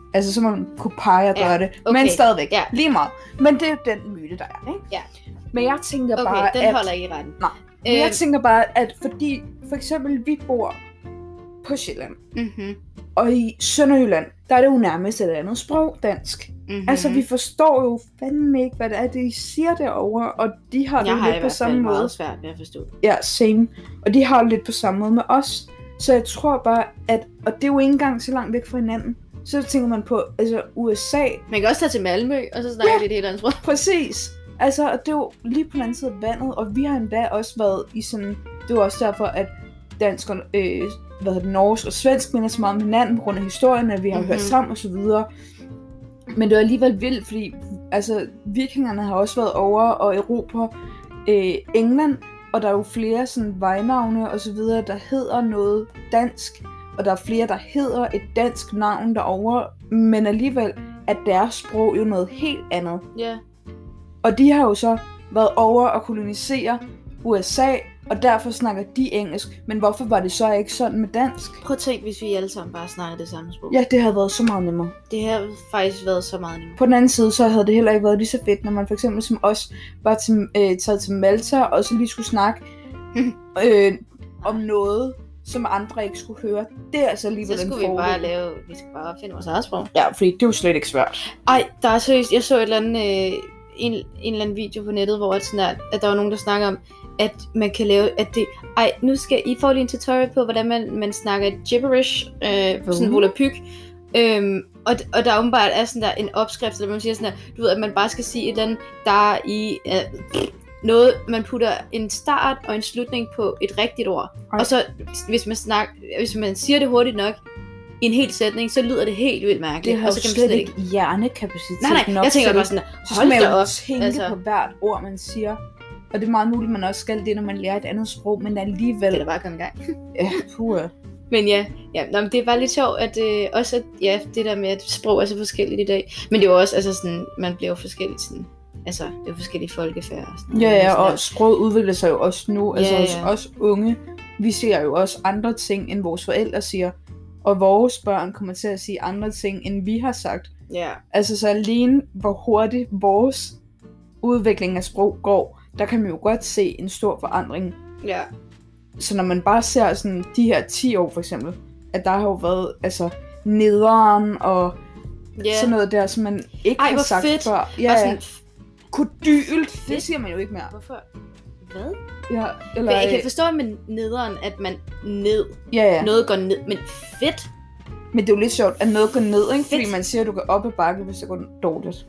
Altså, så må man kunne pege og gøre Ja, det. okay. Men stadigvæk, Ja. lige meget. Men det er jo den myte, der er, ikke? Ja. Men jeg tænker Okay, bare, den at... holder ikke i retten. Nej. Men jeg tænker bare, at fordi for eksempel vi bor på Sjælland, Mhm. og i Sønderjylland, der er det jo nærmest et andet sprog, dansk. Mhm. Altså, vi forstår jo fandme ikke, hvad det er, de siger derovre, og de har Jeg det har i lidt på hvert samme fald måde. meget svært ved at forstå det. Ja, same. Og de har jo lidt på samme måde med os. Så jeg tror bare, at... Og det er jo ikke engang så langt væk fra hinanden. Så tænker man på, altså U S A... Man kan også tage til Malmø, og så snakker Ja. de et helt andet sprog. Præcis. Altså, og det er jo lige på den anden side af vandet, og vi har endda også været i sådan... Det var også derfor, at dansk og øh, hvad hedder det, norsk og svensk minder så meget om hinanden på grund af historien, at vi har Mhm. hørt sammen og så videre. Men det var alligevel vildt, fordi altså, vikingerne har også været over og Europa, øh, England, og der er jo flere sådan vejnavne og så videre, der hedder noget dansk, og der er flere, der hedder et dansk navn derovre, men alligevel er deres sprog jo noget helt andet. Ja. Og de har jo så været over og kolonisere U S A, og derfor snakker de engelsk. Men hvorfor var det så ikke sådan med dansk? Prøv at tænke, hvis vi alle sammen bare snakkede det samme sprog. Ja, det havde været så meget nemmere. Det har faktisk været så meget nemmere. På den anden side, så havde det heller ikke været lige så fedt, når man for eksempel som os var til, øh, taget til Malta, og så lige skulle snakke øh, om noget, som andre ikke skulle høre. Det er altså alligevel Så en skulle vi fordel. bare lave, vi skal bare opfinde vores eget sprog. Ja, fordi det er jo slet ikke svært. Ej, der er seriøst, jeg så et eller andet, øh, en, en eller anden video på nettet, hvor at, sådan at, at der var nogen, der snakker om, at man kan lave, at det, ej, nu skal I få lige en tutorial på, hvordan man, man snakker gibberish, øh, Uh. sådan volapyk. Øhm, og, og der åbenbart er sådan der en opskrift, eller man siger sådan der, du ved, at man bare skal sige et eller andet, der er i øh, noget, man putter en start og en slutning på et rigtigt ord. Ej. Og så, hvis man, snak, hvis man siger det hurtigt nok, i en hel sætning, så lyder det helt vildt mærkeligt. Det har og jo så kan man slet slet ikke hjernekapacitet Nej, nej, nok jeg tænker til bare det. sådan der, Så hold skal man da jo op. tænke altså. på hvert ord, man siger. Og det er meget muligt, man også skal det, når man lærer et andet sprog, men alligevel... Det er da bare at komme i gang. Ja, puha. Men ja, ja nå, men det er bare lidt sjovt, at øh, også at, ja, det der med, at sprog er så forskelligt i dag. Men det er jo også, altså sådan, man bliver jo forskelligt sådan, altså, det er jo forskellige folkefærd og sådan Ja, noget. ja, Sådan og der. sproget udvikler sig jo også nu. Altså Ja, hos ja. os unge, vi ser jo også andre ting, end vores forældre siger. Og vores børn kommer til at sige andre ting, end vi har sagt. Ja. Altså så alene, hvor hurtigt vores udvikling af sprog går, der kan man jo godt se en stor forandring. Ja. Så når man bare ser sådan de her ti år for eksempel, at der har jo været altså nederen og Ja. sådan noget der, som man ikke Ej, har hvor sagt fedt. før. Ja, Ja, og ja. sådan, f- Kodylt, det siger man jo ikke mere. hvorfor? Hvad? Ja, For eller, jeg kan forstå med nederen, at man ned. ja, ja. Noget går ned, men fedt. Men det er jo lidt sjovt, at noget går ned, ikke? Fordi Fedt. man siger, at du går op ad bakke, hvis det går dårligt.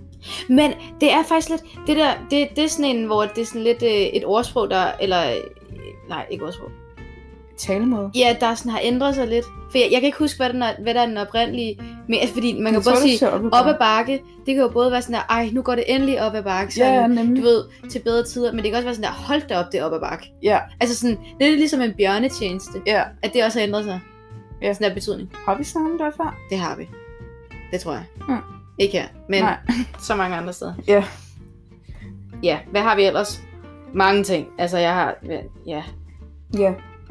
Men det er faktisk lidt, det der, det, det er sådan en, hvor det er sådan lidt øh, et ordsprog, der, eller, øh, nej, ikke ordsprog. Talemåde. Ja, der sådan har ændret sig lidt. For jeg, jeg kan ikke huske, hvad, den er, hvad der er den oprindelige. Men altså, fordi man kan Jeg tror, både du sige, siger op ad op bakke. ad bakke, det kan jo både være sådan der, ej, nu går det endelig op ad bakke, Ja, ja, sådan, nemlig. du ved, til bedre tider. Men det kan også være sådan der, hold da op, det er op ad bakke. Ja, Altså sådan, det er ligesom en bjørnetjeneste, ja. at det også har ændret sig. Ja. Sådan der betydning. Har vi snakket om det før? Det har vi. Det tror jeg. Mm. Ikke her, men Nej. så mange andre steder. Ja. Ja, hvad har vi ellers? Mange ting. Altså, jeg har, ja. Ja.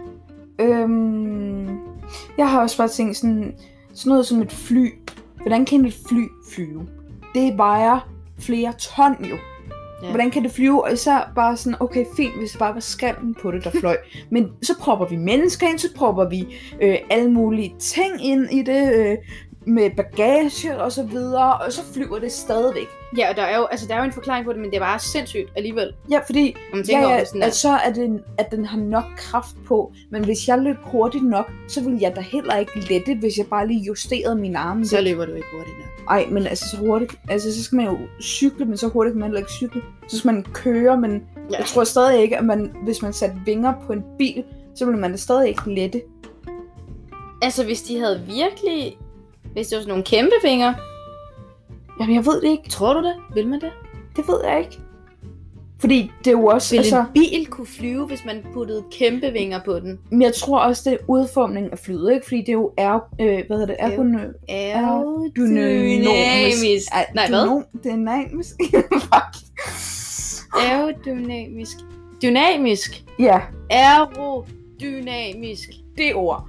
Øhm, jeg har også bare tænkt sådan, sådan noget som et fly. Hvordan kan et fly flyve? Det vejer flere ton jo. Ja. Hvordan kan det flyve? Og især bare sådan, okay, fint, hvis det bare var skallen på det, der fløj. Men så propper vi mennesker ind, så propper vi øh, alle mulige ting ind i det, øh, med bagage og så videre, og så flyver det stadigvæk. Ja, og der er, jo, altså, der er jo en forklaring på det, men det er bare sindssygt alligevel. Ja, fordi Når man tænker ja, over ja, det sådan der. at så er det, at den har nok kraft på, men hvis jeg løb hurtigt nok, så ville jeg da heller ikke lette, hvis jeg bare lige justerede mine arme. Så løber du ikke hurtigt nok. Ej, men altså så hurtigt, altså så skal man jo cykle, men så hurtigt kan man heller ikke cykle. Så skal man køre, men Ja. jeg tror stadig ikke, at man, hvis man satte vinger på en bil, så ville man da stadig ikke lette. Altså, hvis de havde virkelig... Hvis det var sådan nogle kæmpe fingre, Jamen jeg ved det ikke, tror du det? Vil man det? det ved jeg ikke. Fordi det er jo også, Vil altså, en bil kunne flyve, hvis man puttede kæmpe vinger på den? men jeg tror også, det er udformningen af flyet, ikke? Fordi det er jo er, øh, hvad hedder det, ergon... Aerodynamisk. Ej, Nej, hvad? dyno- Dynamisk. Fuck. Aerodynamisk. Dynamisk. Ja, Aerodynamisk. det ord.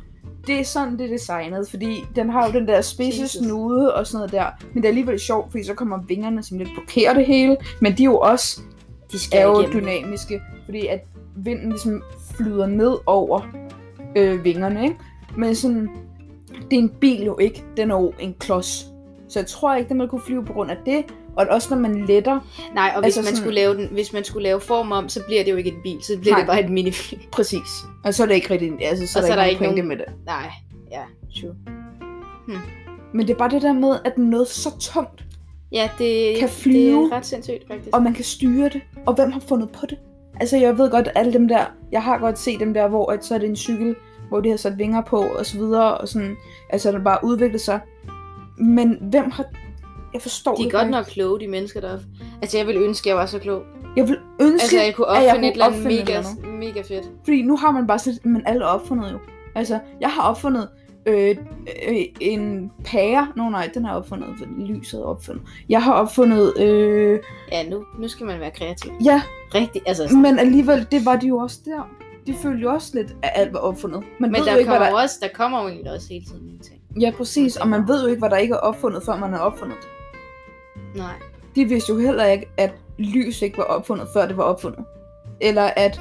det er sådan, det er designet, fordi den har jo den der spidse Jesus. snude og sådan noget der, men det er alligevel sjovt, fordi så kommer vingerne, som lidt blokerer det hele, men de er jo også De skal aerodynamiske, fordi at vinden ligesom flyder ned over øh, vingerne, ikke? Men sådan, det er en bil jo ikke, den er jo en klods. Så jeg tror ikke, den vil kunne flyve på grund af det, og også når man letter. Nej, og hvis, Altså man sådan- skulle lave den, hvis man skulle lave form om, så bliver det jo ikke en bil, så bliver Nej. det bare et minifly. Præcis. Og så er det ikke rigtig, altså så, Og er så der er der ikke ikke nogen pointe nogen- med det. Nej, ja, true. Men det er bare det der med, at noget så tungt, Ja, det, Kan flyve. det er ret sindssygt, faktisk. og man kan styre det, og hvem har fundet på det? Altså jeg ved godt, alle dem der, jeg har godt set dem der, hvor at så er det en cykel, hvor de har sat vinger på, og så videre, og sådan, altså det bare udviklet sig. Men hvem har, jeg forstår De er det godt ikke. nok kloge, de mennesker deroppe. Altså, jeg ville ønske, jeg var så klog. Jeg vil ønske, Altså, jeg kunne at jeg opfinde kunne et eller andet opfinde et mega, eller andet. mega fedt. Fordi nu har man bare sådan, men alle er opfundet jo. Altså, jeg har opfundet øh, øh, en pære. Nå nej, den har jeg opfundet, for lyset er opfundet. Jeg har opfundet, øh, Ja, nu, nu skal man være kreativ. ja, Rigtig, altså... sådan- men alligevel, det var de jo også der. De følte jo også lidt, at alt var opfundet. Man Men ved der jo ikke, hvad kommer, der... jo også, der kommer jo egentlig også hele tiden nye ting. Ja, præcis. Og man ved jo ikke, hvad der ikke er opfundet, før man er opfundet det. Nej. De vidste jo heller ikke, at lys ikke var opfundet, før det var opfundet. Eller at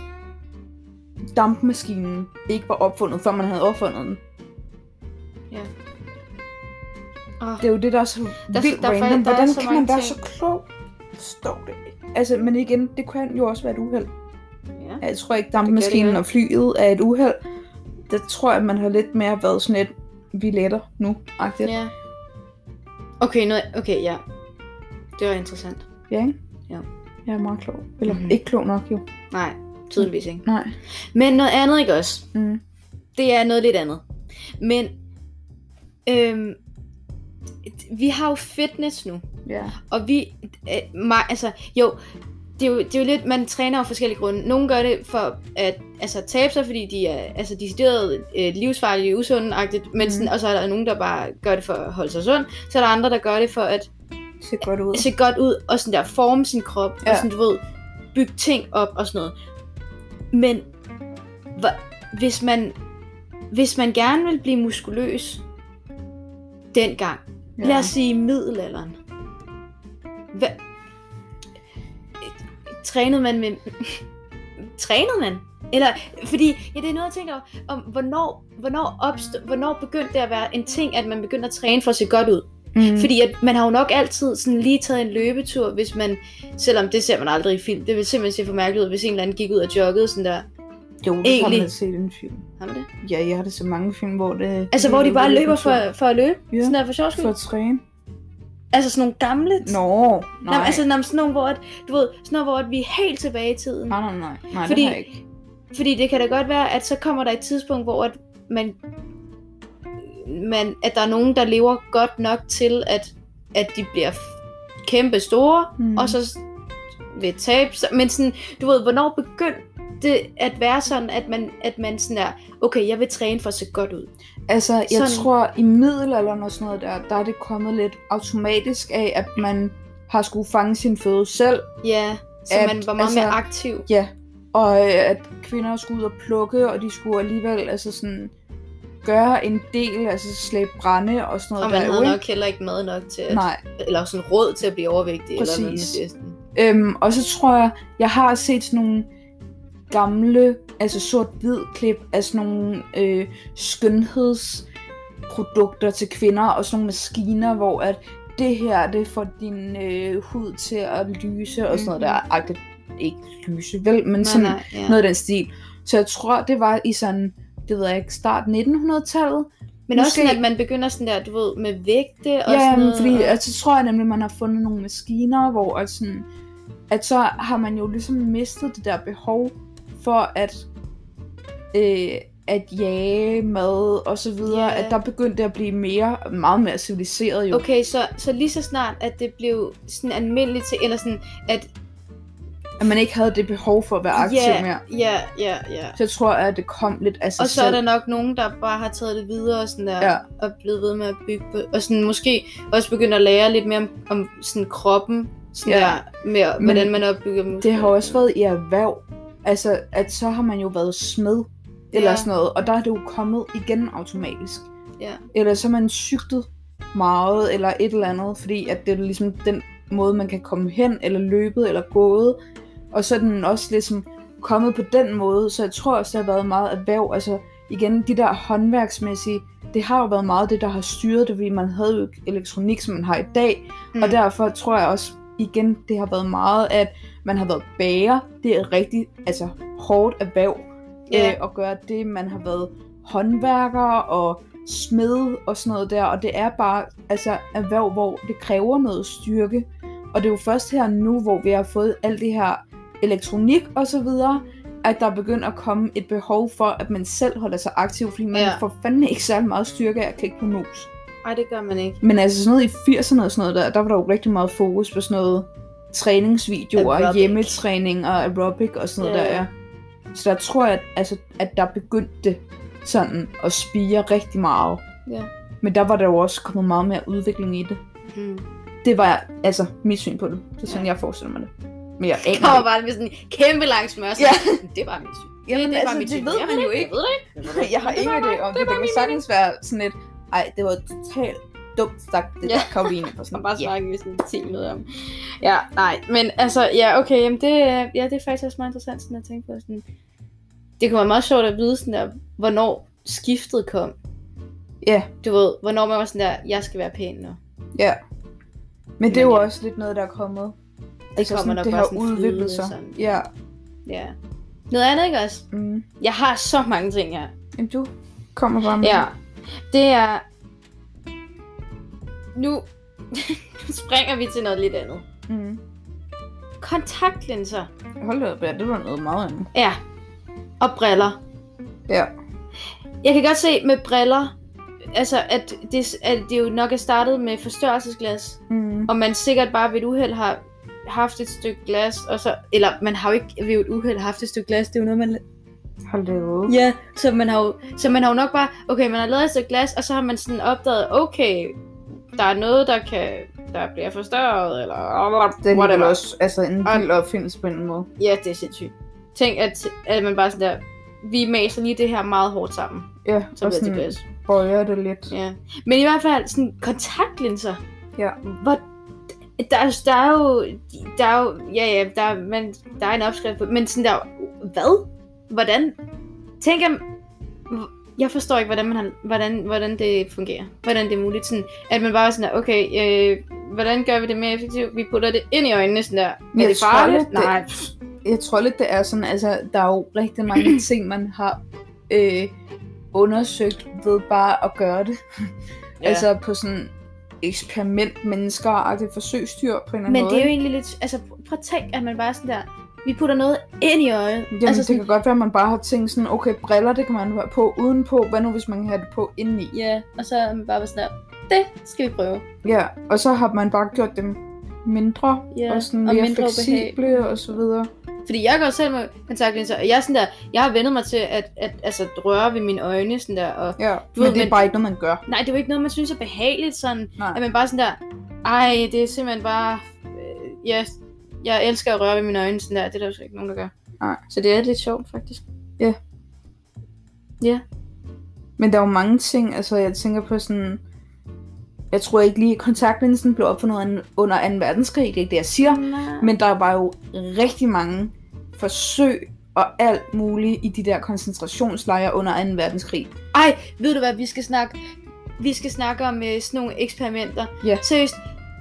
dampmaskinen ikke var opfundet, før man havde opfundet den. Ja. Oh. Det er jo det, der er så Der er så- vildt der er random. faktisk- der er Hvordan så kan man mange være ting. så klog? Jeg forstår det ikke. Altså, men igen, det kan jo også være et uheld. Ja. Jeg tror ikke, det dampmaskinen kan. og flyet er et uheld. Der tror jeg, at man har lidt mere været sådan et, vi letter nu, agtigt. Ja. Okay, noget, okay, ja. Det var interessant. Ja, ikke? Ja. Jeg er meget klog. Eller Mhm. mm-hmm. ikke klog nok, jo. Nej, tydeligvis ikke. Nej. Men noget andet, ikke også? Mm. Det er noget lidt andet. Men, øhm, vi har jo fitness nu. Ja. Og vi, øh, mig, altså, jo, det er jo, det er jo lidt, man træner af forskellige grunde. Nogle gør det for at altså, tabe sig, fordi de er altså, decideret øh, livsfarlige, usunde-agtigt, men sådan, Mhm. og så er der nogen, der bare gør det for at holde sig sund. Så er der andre, der gør det for at Det ser godt ud. se godt ud, og sådan der forme sin krop, ja. Ja. og sådan, du ved, bygge ting op og sådan noget. Men, hva, hvis man, hvis man gerne vil blive muskuløs, dengang, ja. lad os sige i middelalderen, Hva, trænede man med... trænede man? Eller, fordi, ja, det er noget, jeg tænker om, hvornår, hvornår, opstod, hvornår begyndte det at være en ting, at man begyndte at træne for at se godt ud? Mm. Fordi at man har jo nok altid sådan lige taget en løbetur, hvis man, selvom det ser man aldrig i film, det vil simpelthen se for mærkeligt ud, hvis en eller anden gik ud og joggede sådan der. Jo, det har egentlig- man set i en film. Har man det? Ja, jeg har det så mange film, hvor det... Altså, hvor de bare løber for, for at løbe? Ja. Sådan der for sjov skyld? For at træne. Altså sådan nogle gamle... Nå, nej. Nå, men altså når, sådan nogle, hvor, at, du ved, sådan noget, hvor at vi er helt tilbage i tiden. Nej, nej, nej. Nej, Fordi- det har jeg ikke. Fordi det kan da godt være, at så kommer der et tidspunkt, hvor at man, man, at der er nogen, der lever godt nok til, at, at de bliver f- kæmpe store, Mm. mm. og så vil tabe sig. Men sådan, du ved, hvornår begyndte det at være sådan, at man, at man sådan er, okay, jeg vil træne for at se godt ud. Altså, jeg Sådan- tror, i middelalderen og sådan noget der, der er det kommet lidt automatisk af, at man har skulle fange sin føde selv. Ja, så At, man var meget altså, mere aktiv. Ja, og øh, at kvinder skulle ud og plukke, og de skulle alligevel altså sådan gøre en del, altså slæbe brænde og sådan noget Og man der. havde jo, nok heller ikke mad nok til at, Nej, eller sådan råd til at blive overvægtig. Eller noget Præcis. med festen. øhm, og så tror jeg, jeg har set sådan nogle gamle, altså sort-hvid klip af sådan nogle øh, skønhedsprodukter til kvinder, og sådan nogle maskiner, hvor at det her, det får din øh, hud til at lyse, og sådan noget der. Ej, det ikke lyse, vel, men sådan Nej, nej, ja. noget af den stil. Så jeg tror, det var i sådan, det ved jeg ikke, start nitten hundrede-tallet. Men også Måske- sådan, at man begynder sådan der, du ved, med vægte og Ja, sådan men noget. fordi og... altså, så tror jeg nemlig, man har fundet nogle maskiner, hvor at sådan, at så har man jo ligesom mistet det der behov for at øh, at jage mad og så videre, Ja. at der begyndte det at blive mere, meget mere civiliseret jo. Okay, så, så lige så snart, at det blev sådan almindeligt til, eller sådan, at... At man ikke havde det behov for at være aktiv ja, mere. ja, ja, ja. Så jeg tror, at det kom lidt af sig Og så selv. er der nok nogen, der bare har taget det videre og sådan der, Ja. og blevet ved med at bygge på, og sådan måske også begyndt at lære lidt mere om, om sådan kroppen, sådan Ja. der, med, Men hvordan man opbygger muskler. Det har også været i erhverv. Altså, at så har man jo været smed eller Ja. sådan noget, og der er det jo kommet igen automatisk. Ja. Eller så er man cyklet meget, eller et eller andet, fordi at det er ligesom den måde, man kan komme hen, eller løbet, eller gået, og så er den også ligesom kommet på den måde, så jeg tror også, der har været meget erhverv, altså igen, de der håndværksmæssige, det har jo været meget det, der har styret det, fordi man havde jo ikke elektronik, som man har i dag, mm. og derfor tror jeg også, igen, det har været meget, at man har været bager, det er rigtig, altså hårdt erhverv, Ja. øh, at gøre det, man har været håndværker og smed og sådan noget der, og det er bare, altså erhverv, hvor det kræver noget styrke, og det er jo først her nu, hvor vi har fået alt det her elektronik og så videre, at der er begyndt at komme et behov for, at man selv holder sig aktiv, fordi man Ja. får fandme ikke særlig meget styrke af at klikke på mus. Nej, det gør man ikke. Men altså sådan noget i firserne og sådan noget der, der var der jo rigtig meget fokus på sådan noget træningsvideoer, Aerobic. hjemmetræning og aerobic og sådan noget Ja. der, ja. Så der tror jeg, at, altså, at der begyndte sådan at spire rigtig meget. Ja. Men der var der jo også kommet meget mere udvikling i det. Mm. Det var altså mit syn på det. Det er sådan, jeg forestiller mig det. Men jeg aner Kommer det bare med sådan en kæmpe lang smør. Ja. Det var mit syn. Jamen, det, altså, var mit det syn. ved Jeg man jo det ikke. Jeg ved det ikke. ikke. Jeg har Det ingen var idé bare- om det det. var Det kan min sagtens være sådan et, ej, det var totalt dumt sagt, det Ja. der Karoline. Og Jeg sådan, bare ja. snakke med sådan ti minutter om. Ja, nej, men altså, ja, okay, jamen det, er- ja, det er faktisk også meget interessant sådan at tænke på sådan. Det kunne være meget sjovt at vide sådan der, hvornår skiftet kom. Ja, Du ved, hvornår man var sådan der, jeg skal være pæn nu. ja. Men det er Men jo ja. også lidt noget, der er kommet. Det kommer sådan, nok det bare har sådan udviklet flydende sig. sådan. Ja. Ja. Noget andet, ikke også? Mm. Jeg har så mange ting her. Jamen, du kommer bare med. Ja, det er... Nu springer vi til noget lidt andet. Mm. Kontaktlinser. Hold da op, ja, det var noget meget andet. Ja. Og briller. Ja. Jeg kan godt se med briller, altså at det, at det jo nok er startet med forstørrelsesglas, Mm. og man sikkert bare ved et uheld har haft et stykke glas, og så, eller man har jo ikke ved et uheld haft et stykke glas, det er jo noget, man... Hold da op. Ja, så man har jo, så man har jo nok bare, okay, man har lavet et stykke glas, og så har man sådan opdaget, okay, der er noget, der kan, der bliver forstørret, eller Det er whatever. vel også altså, en Og- vild opfindelse på en måde. Ja, det er sindssygt. Tænk, at, at man bare sådan der, vi maser lige det her meget hårdt sammen, Ja, så og bliver det til sådan glas. bøjer det lidt. Ja. Men i hvert fald sådan kontaktlinser. Ja. Hvor der, er- der er jo der er jo ja ja, der er, men der er en opskrift på, men sådan der hvad? Hvordan? Tænk om jeg forstår ikke hvordan man har, hvordan hvordan det fungerer. Hvordan det er muligt sådan at man bare er sådan der, okay, øh, hvordan gør vi det mere effektivt? Vi putter det ind i øjnene sådan der. Er Jeg det tror farligt? lidt, det- Nej. Jeg tror lidt, det er sådan, altså, der er jo rigtig mange ting, man har øh, undersøgt ved bare at gøre det. Ja. Altså på sådan eksperiment, mennesker-agtigt forsøgsdyr på en eller anden Men måde. det er jo egentlig lidt, altså prøv at tænke, at man bare er sådan der, vi putter noget ind i øjet. Jamen, altså altså, sådan, det kan godt være, at man bare har tænkt sådan, okay, briller, det kan man have på udenpå. Hvad nu, hvis man kan have det på indeni? ja, og så er man bare sådan der, det skal vi prøve. Ja, og så har man bare gjort dem mindre, Ja, og sådan og mere mindre fleksible og så videre. Fordi jeg går selv med kontaktlinser, og jeg er sådan der, jeg har vendet mig til at, at altså, røre ved mine øjne, sådan der, og Ja, Du men ved, det er men- bare ikke noget, man gør. nej, det er jo ikke noget, man synes er behageligt, sådan, Nej. at man bare sådan der, ej, det er simpelthen bare, øh, ja, jeg elsker at røre ved mine øjne, sådan der, det er der jo ikke nogen, der gør. Nej. Så det er lidt sjovt, faktisk. Ja. Ja. Men der er jo mange ting, altså jeg tænker på sådan, jeg tror ikke lige, kontaktlinsen blev opfundet an- under anden verdenskrig, det er ikke det, jeg siger. Nej. Men der var jo rigtig mange forsøg og alt muligt i de der koncentrationslejre under anden verdenskrig. Ej, ved du hvad, vi skal snakke, vi skal snakke om øh, sådan nogle eksperimenter. Ja. Seriøst.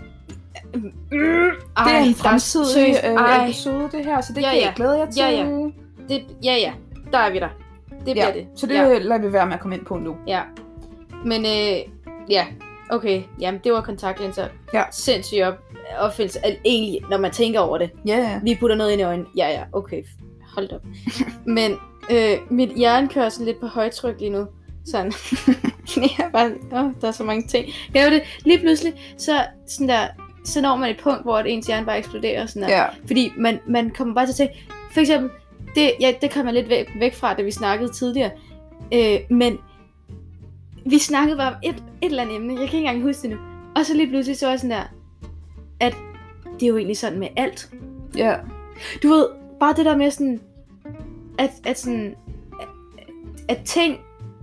Ej, Det er en der fremtidig seriøst, øh, ej. episode, det her, så det Ja, kan ja. jeg glæde jer til. Ja, ja. Det, ja, ja, der er vi der. Det bliver Ja, det. så det ja. lader vi være med at komme ind på nu. Ja. Men øh, ja, okay. Jamen, det var kontaktlinser. Ja. Sindssygt op, opfindelse. Al- egentlig, når man tænker over det. Ja, ja. Vi putter noget ind i øjnene. Ja, ja, okay. Hold da op. Men øh, mit hjerne kører sådan lidt på højtryk lige nu. Sådan. Jeg er bare, åh, der er så mange ting. Jeg det lige pludselig, så sådan der, så når man et punkt, hvor at ens hjerne bare eksploderer. Sådan der. Ja, Fordi man, man kommer bare til at tænke, for eksempel, det, ja, det kom jeg lidt væk, væk fra, da vi snakkede tidligere. Øh, men vi snakkede bare om et, et eller andet emne, jeg kan ikke engang huske det nu. Og så lige pludselig så var jeg sådan der, at det er jo egentlig sådan med alt. ja. Du ved, bare det der med sådan, at, at sådan, at, at ting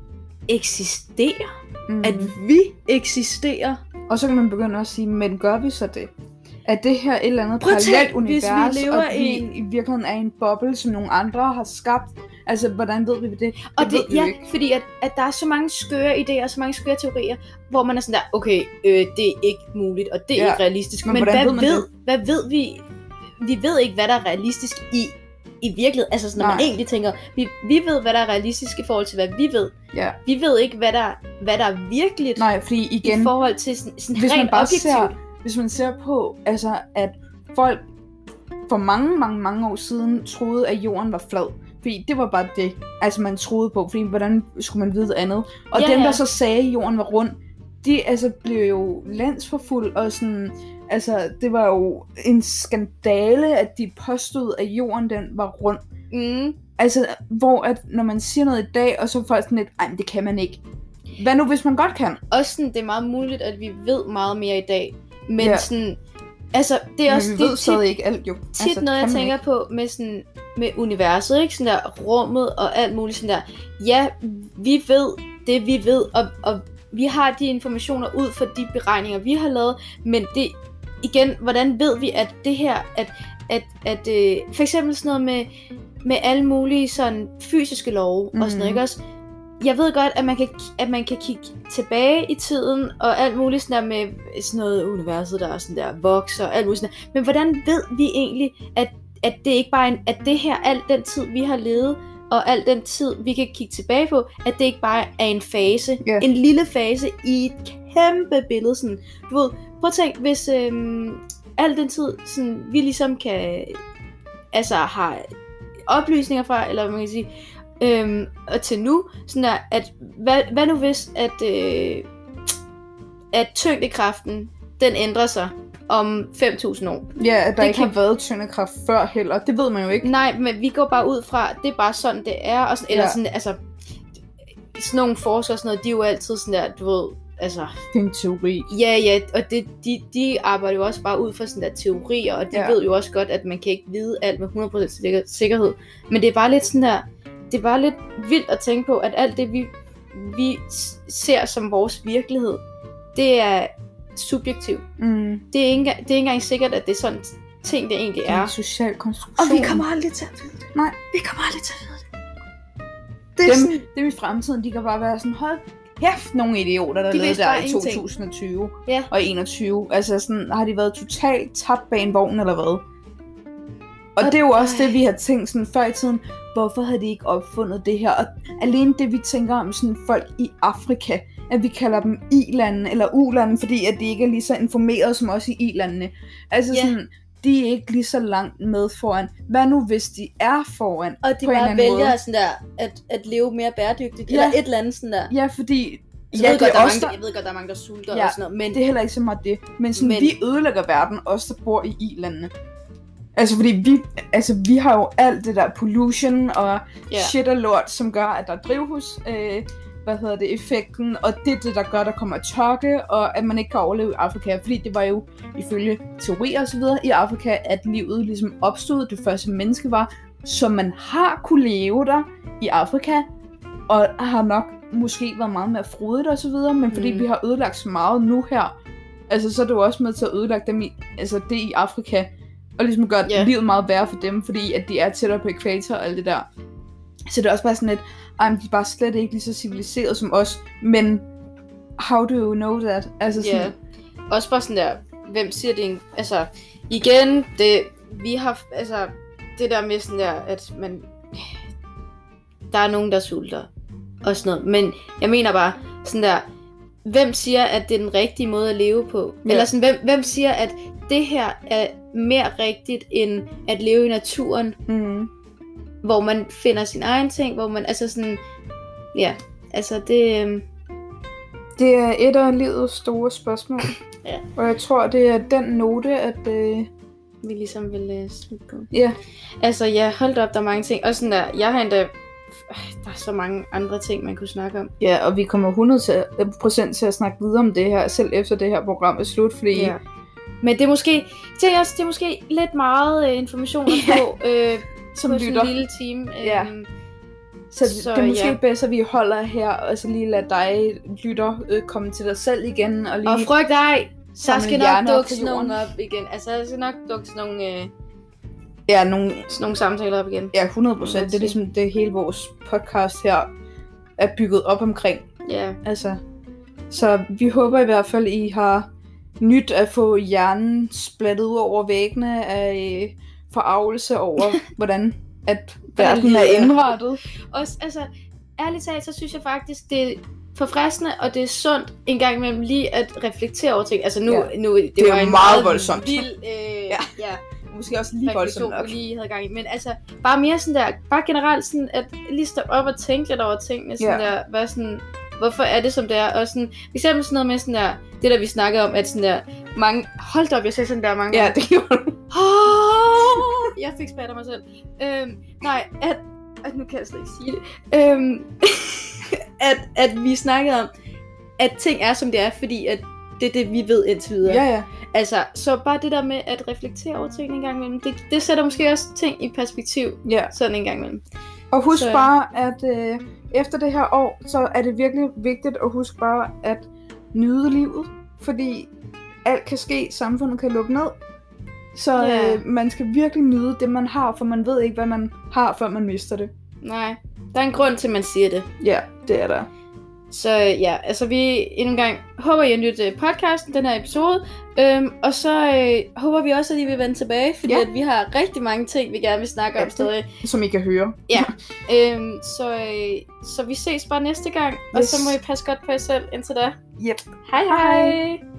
eksisterer. Mm. At vi eksisterer. Og så kan man begynde at sige, men gør vi så det? Er det her et eller andet Prøv at tænk, parallelt univers, hvis vi lever og vi i en- i virkeligheden er i en boble, som nogle andre har skabt? Altså, hvordan ved vi det? Det Og ved det, vi jo ja, ikke. fordi at, at der er så mange skøre idéer, så mange skøre teorier, hvor man er sådan der, okay, øh, det er ikke muligt, og det er Ja. ikke realistisk. Men Men, hvordan hvad, ved man ved, det? hvad ved vi? Vi ved ikke, hvad der er realistisk i, i virkeligheden. Altså, sådan, når man Nej. egentlig tænker, vi, vi ved, hvad der er realistisk i forhold til, hvad vi ved. Ja. Vi ved ikke, hvad der, hvad der er virkeligt Nej, fordi igen, i forhold til sådan, sådan hvis man rent bare objektivt. ser, hvis man ser på, altså, at folk for mange, mange, mange år siden troede, at jorden var flad. Fordi det var bare det, altså man troede på, fordi hvordan skulle man vide andet? Og Ja, dem, ja. der så sagde, at jorden var rund, de altså blev jo landsforfulgt, og sådan, altså det var jo en skandale, at de påstod, at jorden den var rund. Mm. Altså, hvor at, når man siger noget i dag, og så er folk sådan lidt, ej, men det kan man ikke. Hvad nu, hvis man godt kan? Også sådan, det er meget muligt, at vi ved meget mere i dag. Men Ja. sådan, altså, det er også Men vi ved det, stadig ikke alt jo. tit altså, noget, jeg kan man tænker ikke. på med, sådan, med universet, ikke? Sådan der rummet og alt muligt sådan der. Ja, vi ved det, vi ved, og, og vi har de informationer ud fra de beregninger, vi har lavet, men det, igen, hvordan ved vi, at det her, at, at, at øh, for eksempel sådan noget med, med alle mulige sådan fysiske love mm. og sådan noget, Mhm. ikke også? Jeg ved godt, at man kan, at man kan kigge tilbage i tiden, og alt muligt sådan der med sådan noget universet, der er sådan der vokser, og alt muligt sådan der. Men hvordan ved vi egentlig, at, at det ikke bare er en, at det her, al den tid, vi har levet, og al den tid, vi kan kigge tilbage på, at det ikke bare er en fase, Ja. en lille fase i et kæmpe billede, sådan, du ved, prøv at tænk, hvis øhm, al den tid, sådan, vi ligesom kan, altså har oplysninger fra, eller hvad man kan sige, øhm, og til nu, sådan der, at, hvad, hvad nu hvis, at, øh, at tyngdekraften, den ændrer sig om fem tusind år. Ja, at der det ikke kan- har været tyngdekraft før heller. Det ved man jo ikke. Nej, men vi går bare ud fra, det er bare sådan, det er, og sådan, eller Ja. sådan, altså, sådan nogle forskere og sådan noget, de er jo altid sådan der, du ved, altså, Det er en teori. ja, ja, og det, de, de arbejder jo også bare ud fra sådan der teorier, og de Ja. ja. ved jo også godt, at man kan ikke vide alt med hundrede procent sikker- sikkerhed. Men det er bare lidt sådan der, det er bare lidt vildt at tænke på, at alt det, vi, vi s- ser som vores virkelighed, det er subjektivt. Mm. Det er ikke, engang- det er ikke engang sikkert, at det er sådan ting, det egentlig Det er er. en social konstruktion. Og vi kommer aldrig til at vide det. Nej. Vi kommer aldrig til at vide det. det er Dem- sådan, dem i fremtiden, de kan bare være sådan, hold kæft, nogle idioter, der De levede vidste der bare i ingenting. to tusind og tyve Ja. og enogtyve. Altså sådan, har de været totalt tabt bag en vogn, eller hvad? Og, og det er jo også ej. det, vi har tænkt sådan før i tiden. Hvorfor havde de ikke opfundet det her? Og alene det, vi tænker om sådan folk i Afrika, at vi kalder dem I-lande eller U-lande, fordi at de ikke er lige så informerede som os i I-landene. Altså Ja. sådan, de er ikke lige så langt med foran. Hvad nu, hvis de er foran? Og de på en eller bare anden vælger måde? sådan der, at, at leve mere bæredygtigt, Ja. eller et eller andet sådan der. Ja, fordi... Jeg, ja, ved det godt, er der er os, mange, der... der, jeg ved godt, der er mange, der sulter Ja, og sådan noget, men Det er heller ikke så meget det. Men sådan, Men- vi ødelægger verden, os der bor i I-landene. Altså, fordi vi, altså, vi har jo alt det der pollution og Ja. shit og lort, som gør, at der er drivhus, øh, hvad hedder det, effekten, og det er det, der gør, at der kommer tørke, og at man ikke kan overleve i Afrika. Fordi det var jo, ifølge teorier og så videre, i Afrika, at livet ligesom opstod, det første menneske var, så man har kunne leve der i Afrika, og har nok måske været meget mere frodigt og så videre, men fordi Mm. vi har ødelagt så meget nu her, altså så er det jo også med til at ødelægge dem i, altså det i Afrika, og ligesom gøre Ja. livet meget værre for dem, fordi at de er tættere på ekvator og alt det der. Så det er også bare sådan lidt, ej, men de er bare slet ikke lige så civiliseret som os, men how do you know that? Altså sådan, ja. Også bare sådan der, hvem siger det en, altså, igen, det, vi har, altså, det der med sådan der, at man, der er nogen, der sulter, og sådan noget, men jeg mener bare, sådan der, hvem siger, at det er den rigtige måde at leve på? Ja. Eller sådan, hvem, hvem siger, at det her er mere rigtigt, end at leve i naturen, mm, hvor man finder sin egen ting, hvor man, altså sådan, ja, altså det, øhm, det er et af livets store spørgsmål. Ja. Og jeg tror, det er den note, at øh, vi ligesom vil uh, slutte på. ja, Altså, ja, hold da op, der er mange ting. Og sådan der, jeg har endda, der er så mange andre ting, man kunne snakke om. ja, og vi kommer hundrede procent til at snakke videre om det her, selv efter det her program er slut, fordi Ja. Men det er måske, det er, også, det er måske lidt meget uh, information at Ja. få uh, som på sådan lytter. en lille time. Ja. Øhm, Så, så det er måske ja. bedst, at vi holder her, og så lige lade dig, lytter, øh, komme til dig selv igen. Og, lige og frygt dig, så skal nok dukke sådan nogle op igen. Altså, der skal nok dukke sådan nogle, øh, ja, nogle, sådan nogle samtaler op igen. Ja, hundrede procent. Det er ligesom det hele vores podcast her er bygget op omkring. Ja. Altså, så vi håber i hvert fald, I har nyt at få hjernen splattet ud over væggene af øh, forarvelse over, hvordan at verden er indrettet. Også, altså, ærligt talt, så synes jeg faktisk, det er forfriskende, og det er sundt en gang imellem lige at reflektere over ting. Altså nu, ja. nu det, det var er en meget, meget voldsomt. Vild, øh, ja. ja. Måske også lige voldsomt nok. Lige havde gang i. Men altså, bare mere sådan der, bare generelt sådan, at lige stå op og tænke lidt over tingene, sådan ja. der, hvad sådan, hvorfor er det som det er, og sådan, for eksempel sådan noget med sådan der, det der vi snakkede om, at sådan der, mange, hold op, jeg sagde sådan der mange Ja, det gjorde du. Oh, jeg fik spat af mig selv. Øhm, nej, at, at, nu kan jeg slet ikke sige det, øhm, at, at vi snakkede om, at ting er som det er, fordi at det er det, vi ved indtil videre. Ja, ja. Altså, så bare det der med at reflektere over ting en gang imellem, det, det sætter måske også ting i perspektiv, ja. Sådan en gang imellem. Og husk så, bare, at øh, efter det her år, så er det virkelig vigtigt at huske bare at nyde livet, fordi alt kan ske, samfundet kan lukke ned. Så ja. øh, man skal virkelig nyde det, man har, for man ved ikke, hvad man har, før man mister det. Nej, der er en grund til, at man siger det. Ja, det er der. Så ja, altså vi endnu en gang håber, I har nyttet podcasten, den her episode. Øhm, og så øh, håber vi også, at I vil vende tilbage, fordi ja. At vi har rigtig mange ting, vi gerne vil snakke ja, om stadig. Som I kan høre. Ja, øhm, så, øh, så vi ses bare næste gang, yes. Og så må I passe godt på jer selv indtil da. Yep. Hej hej! hej.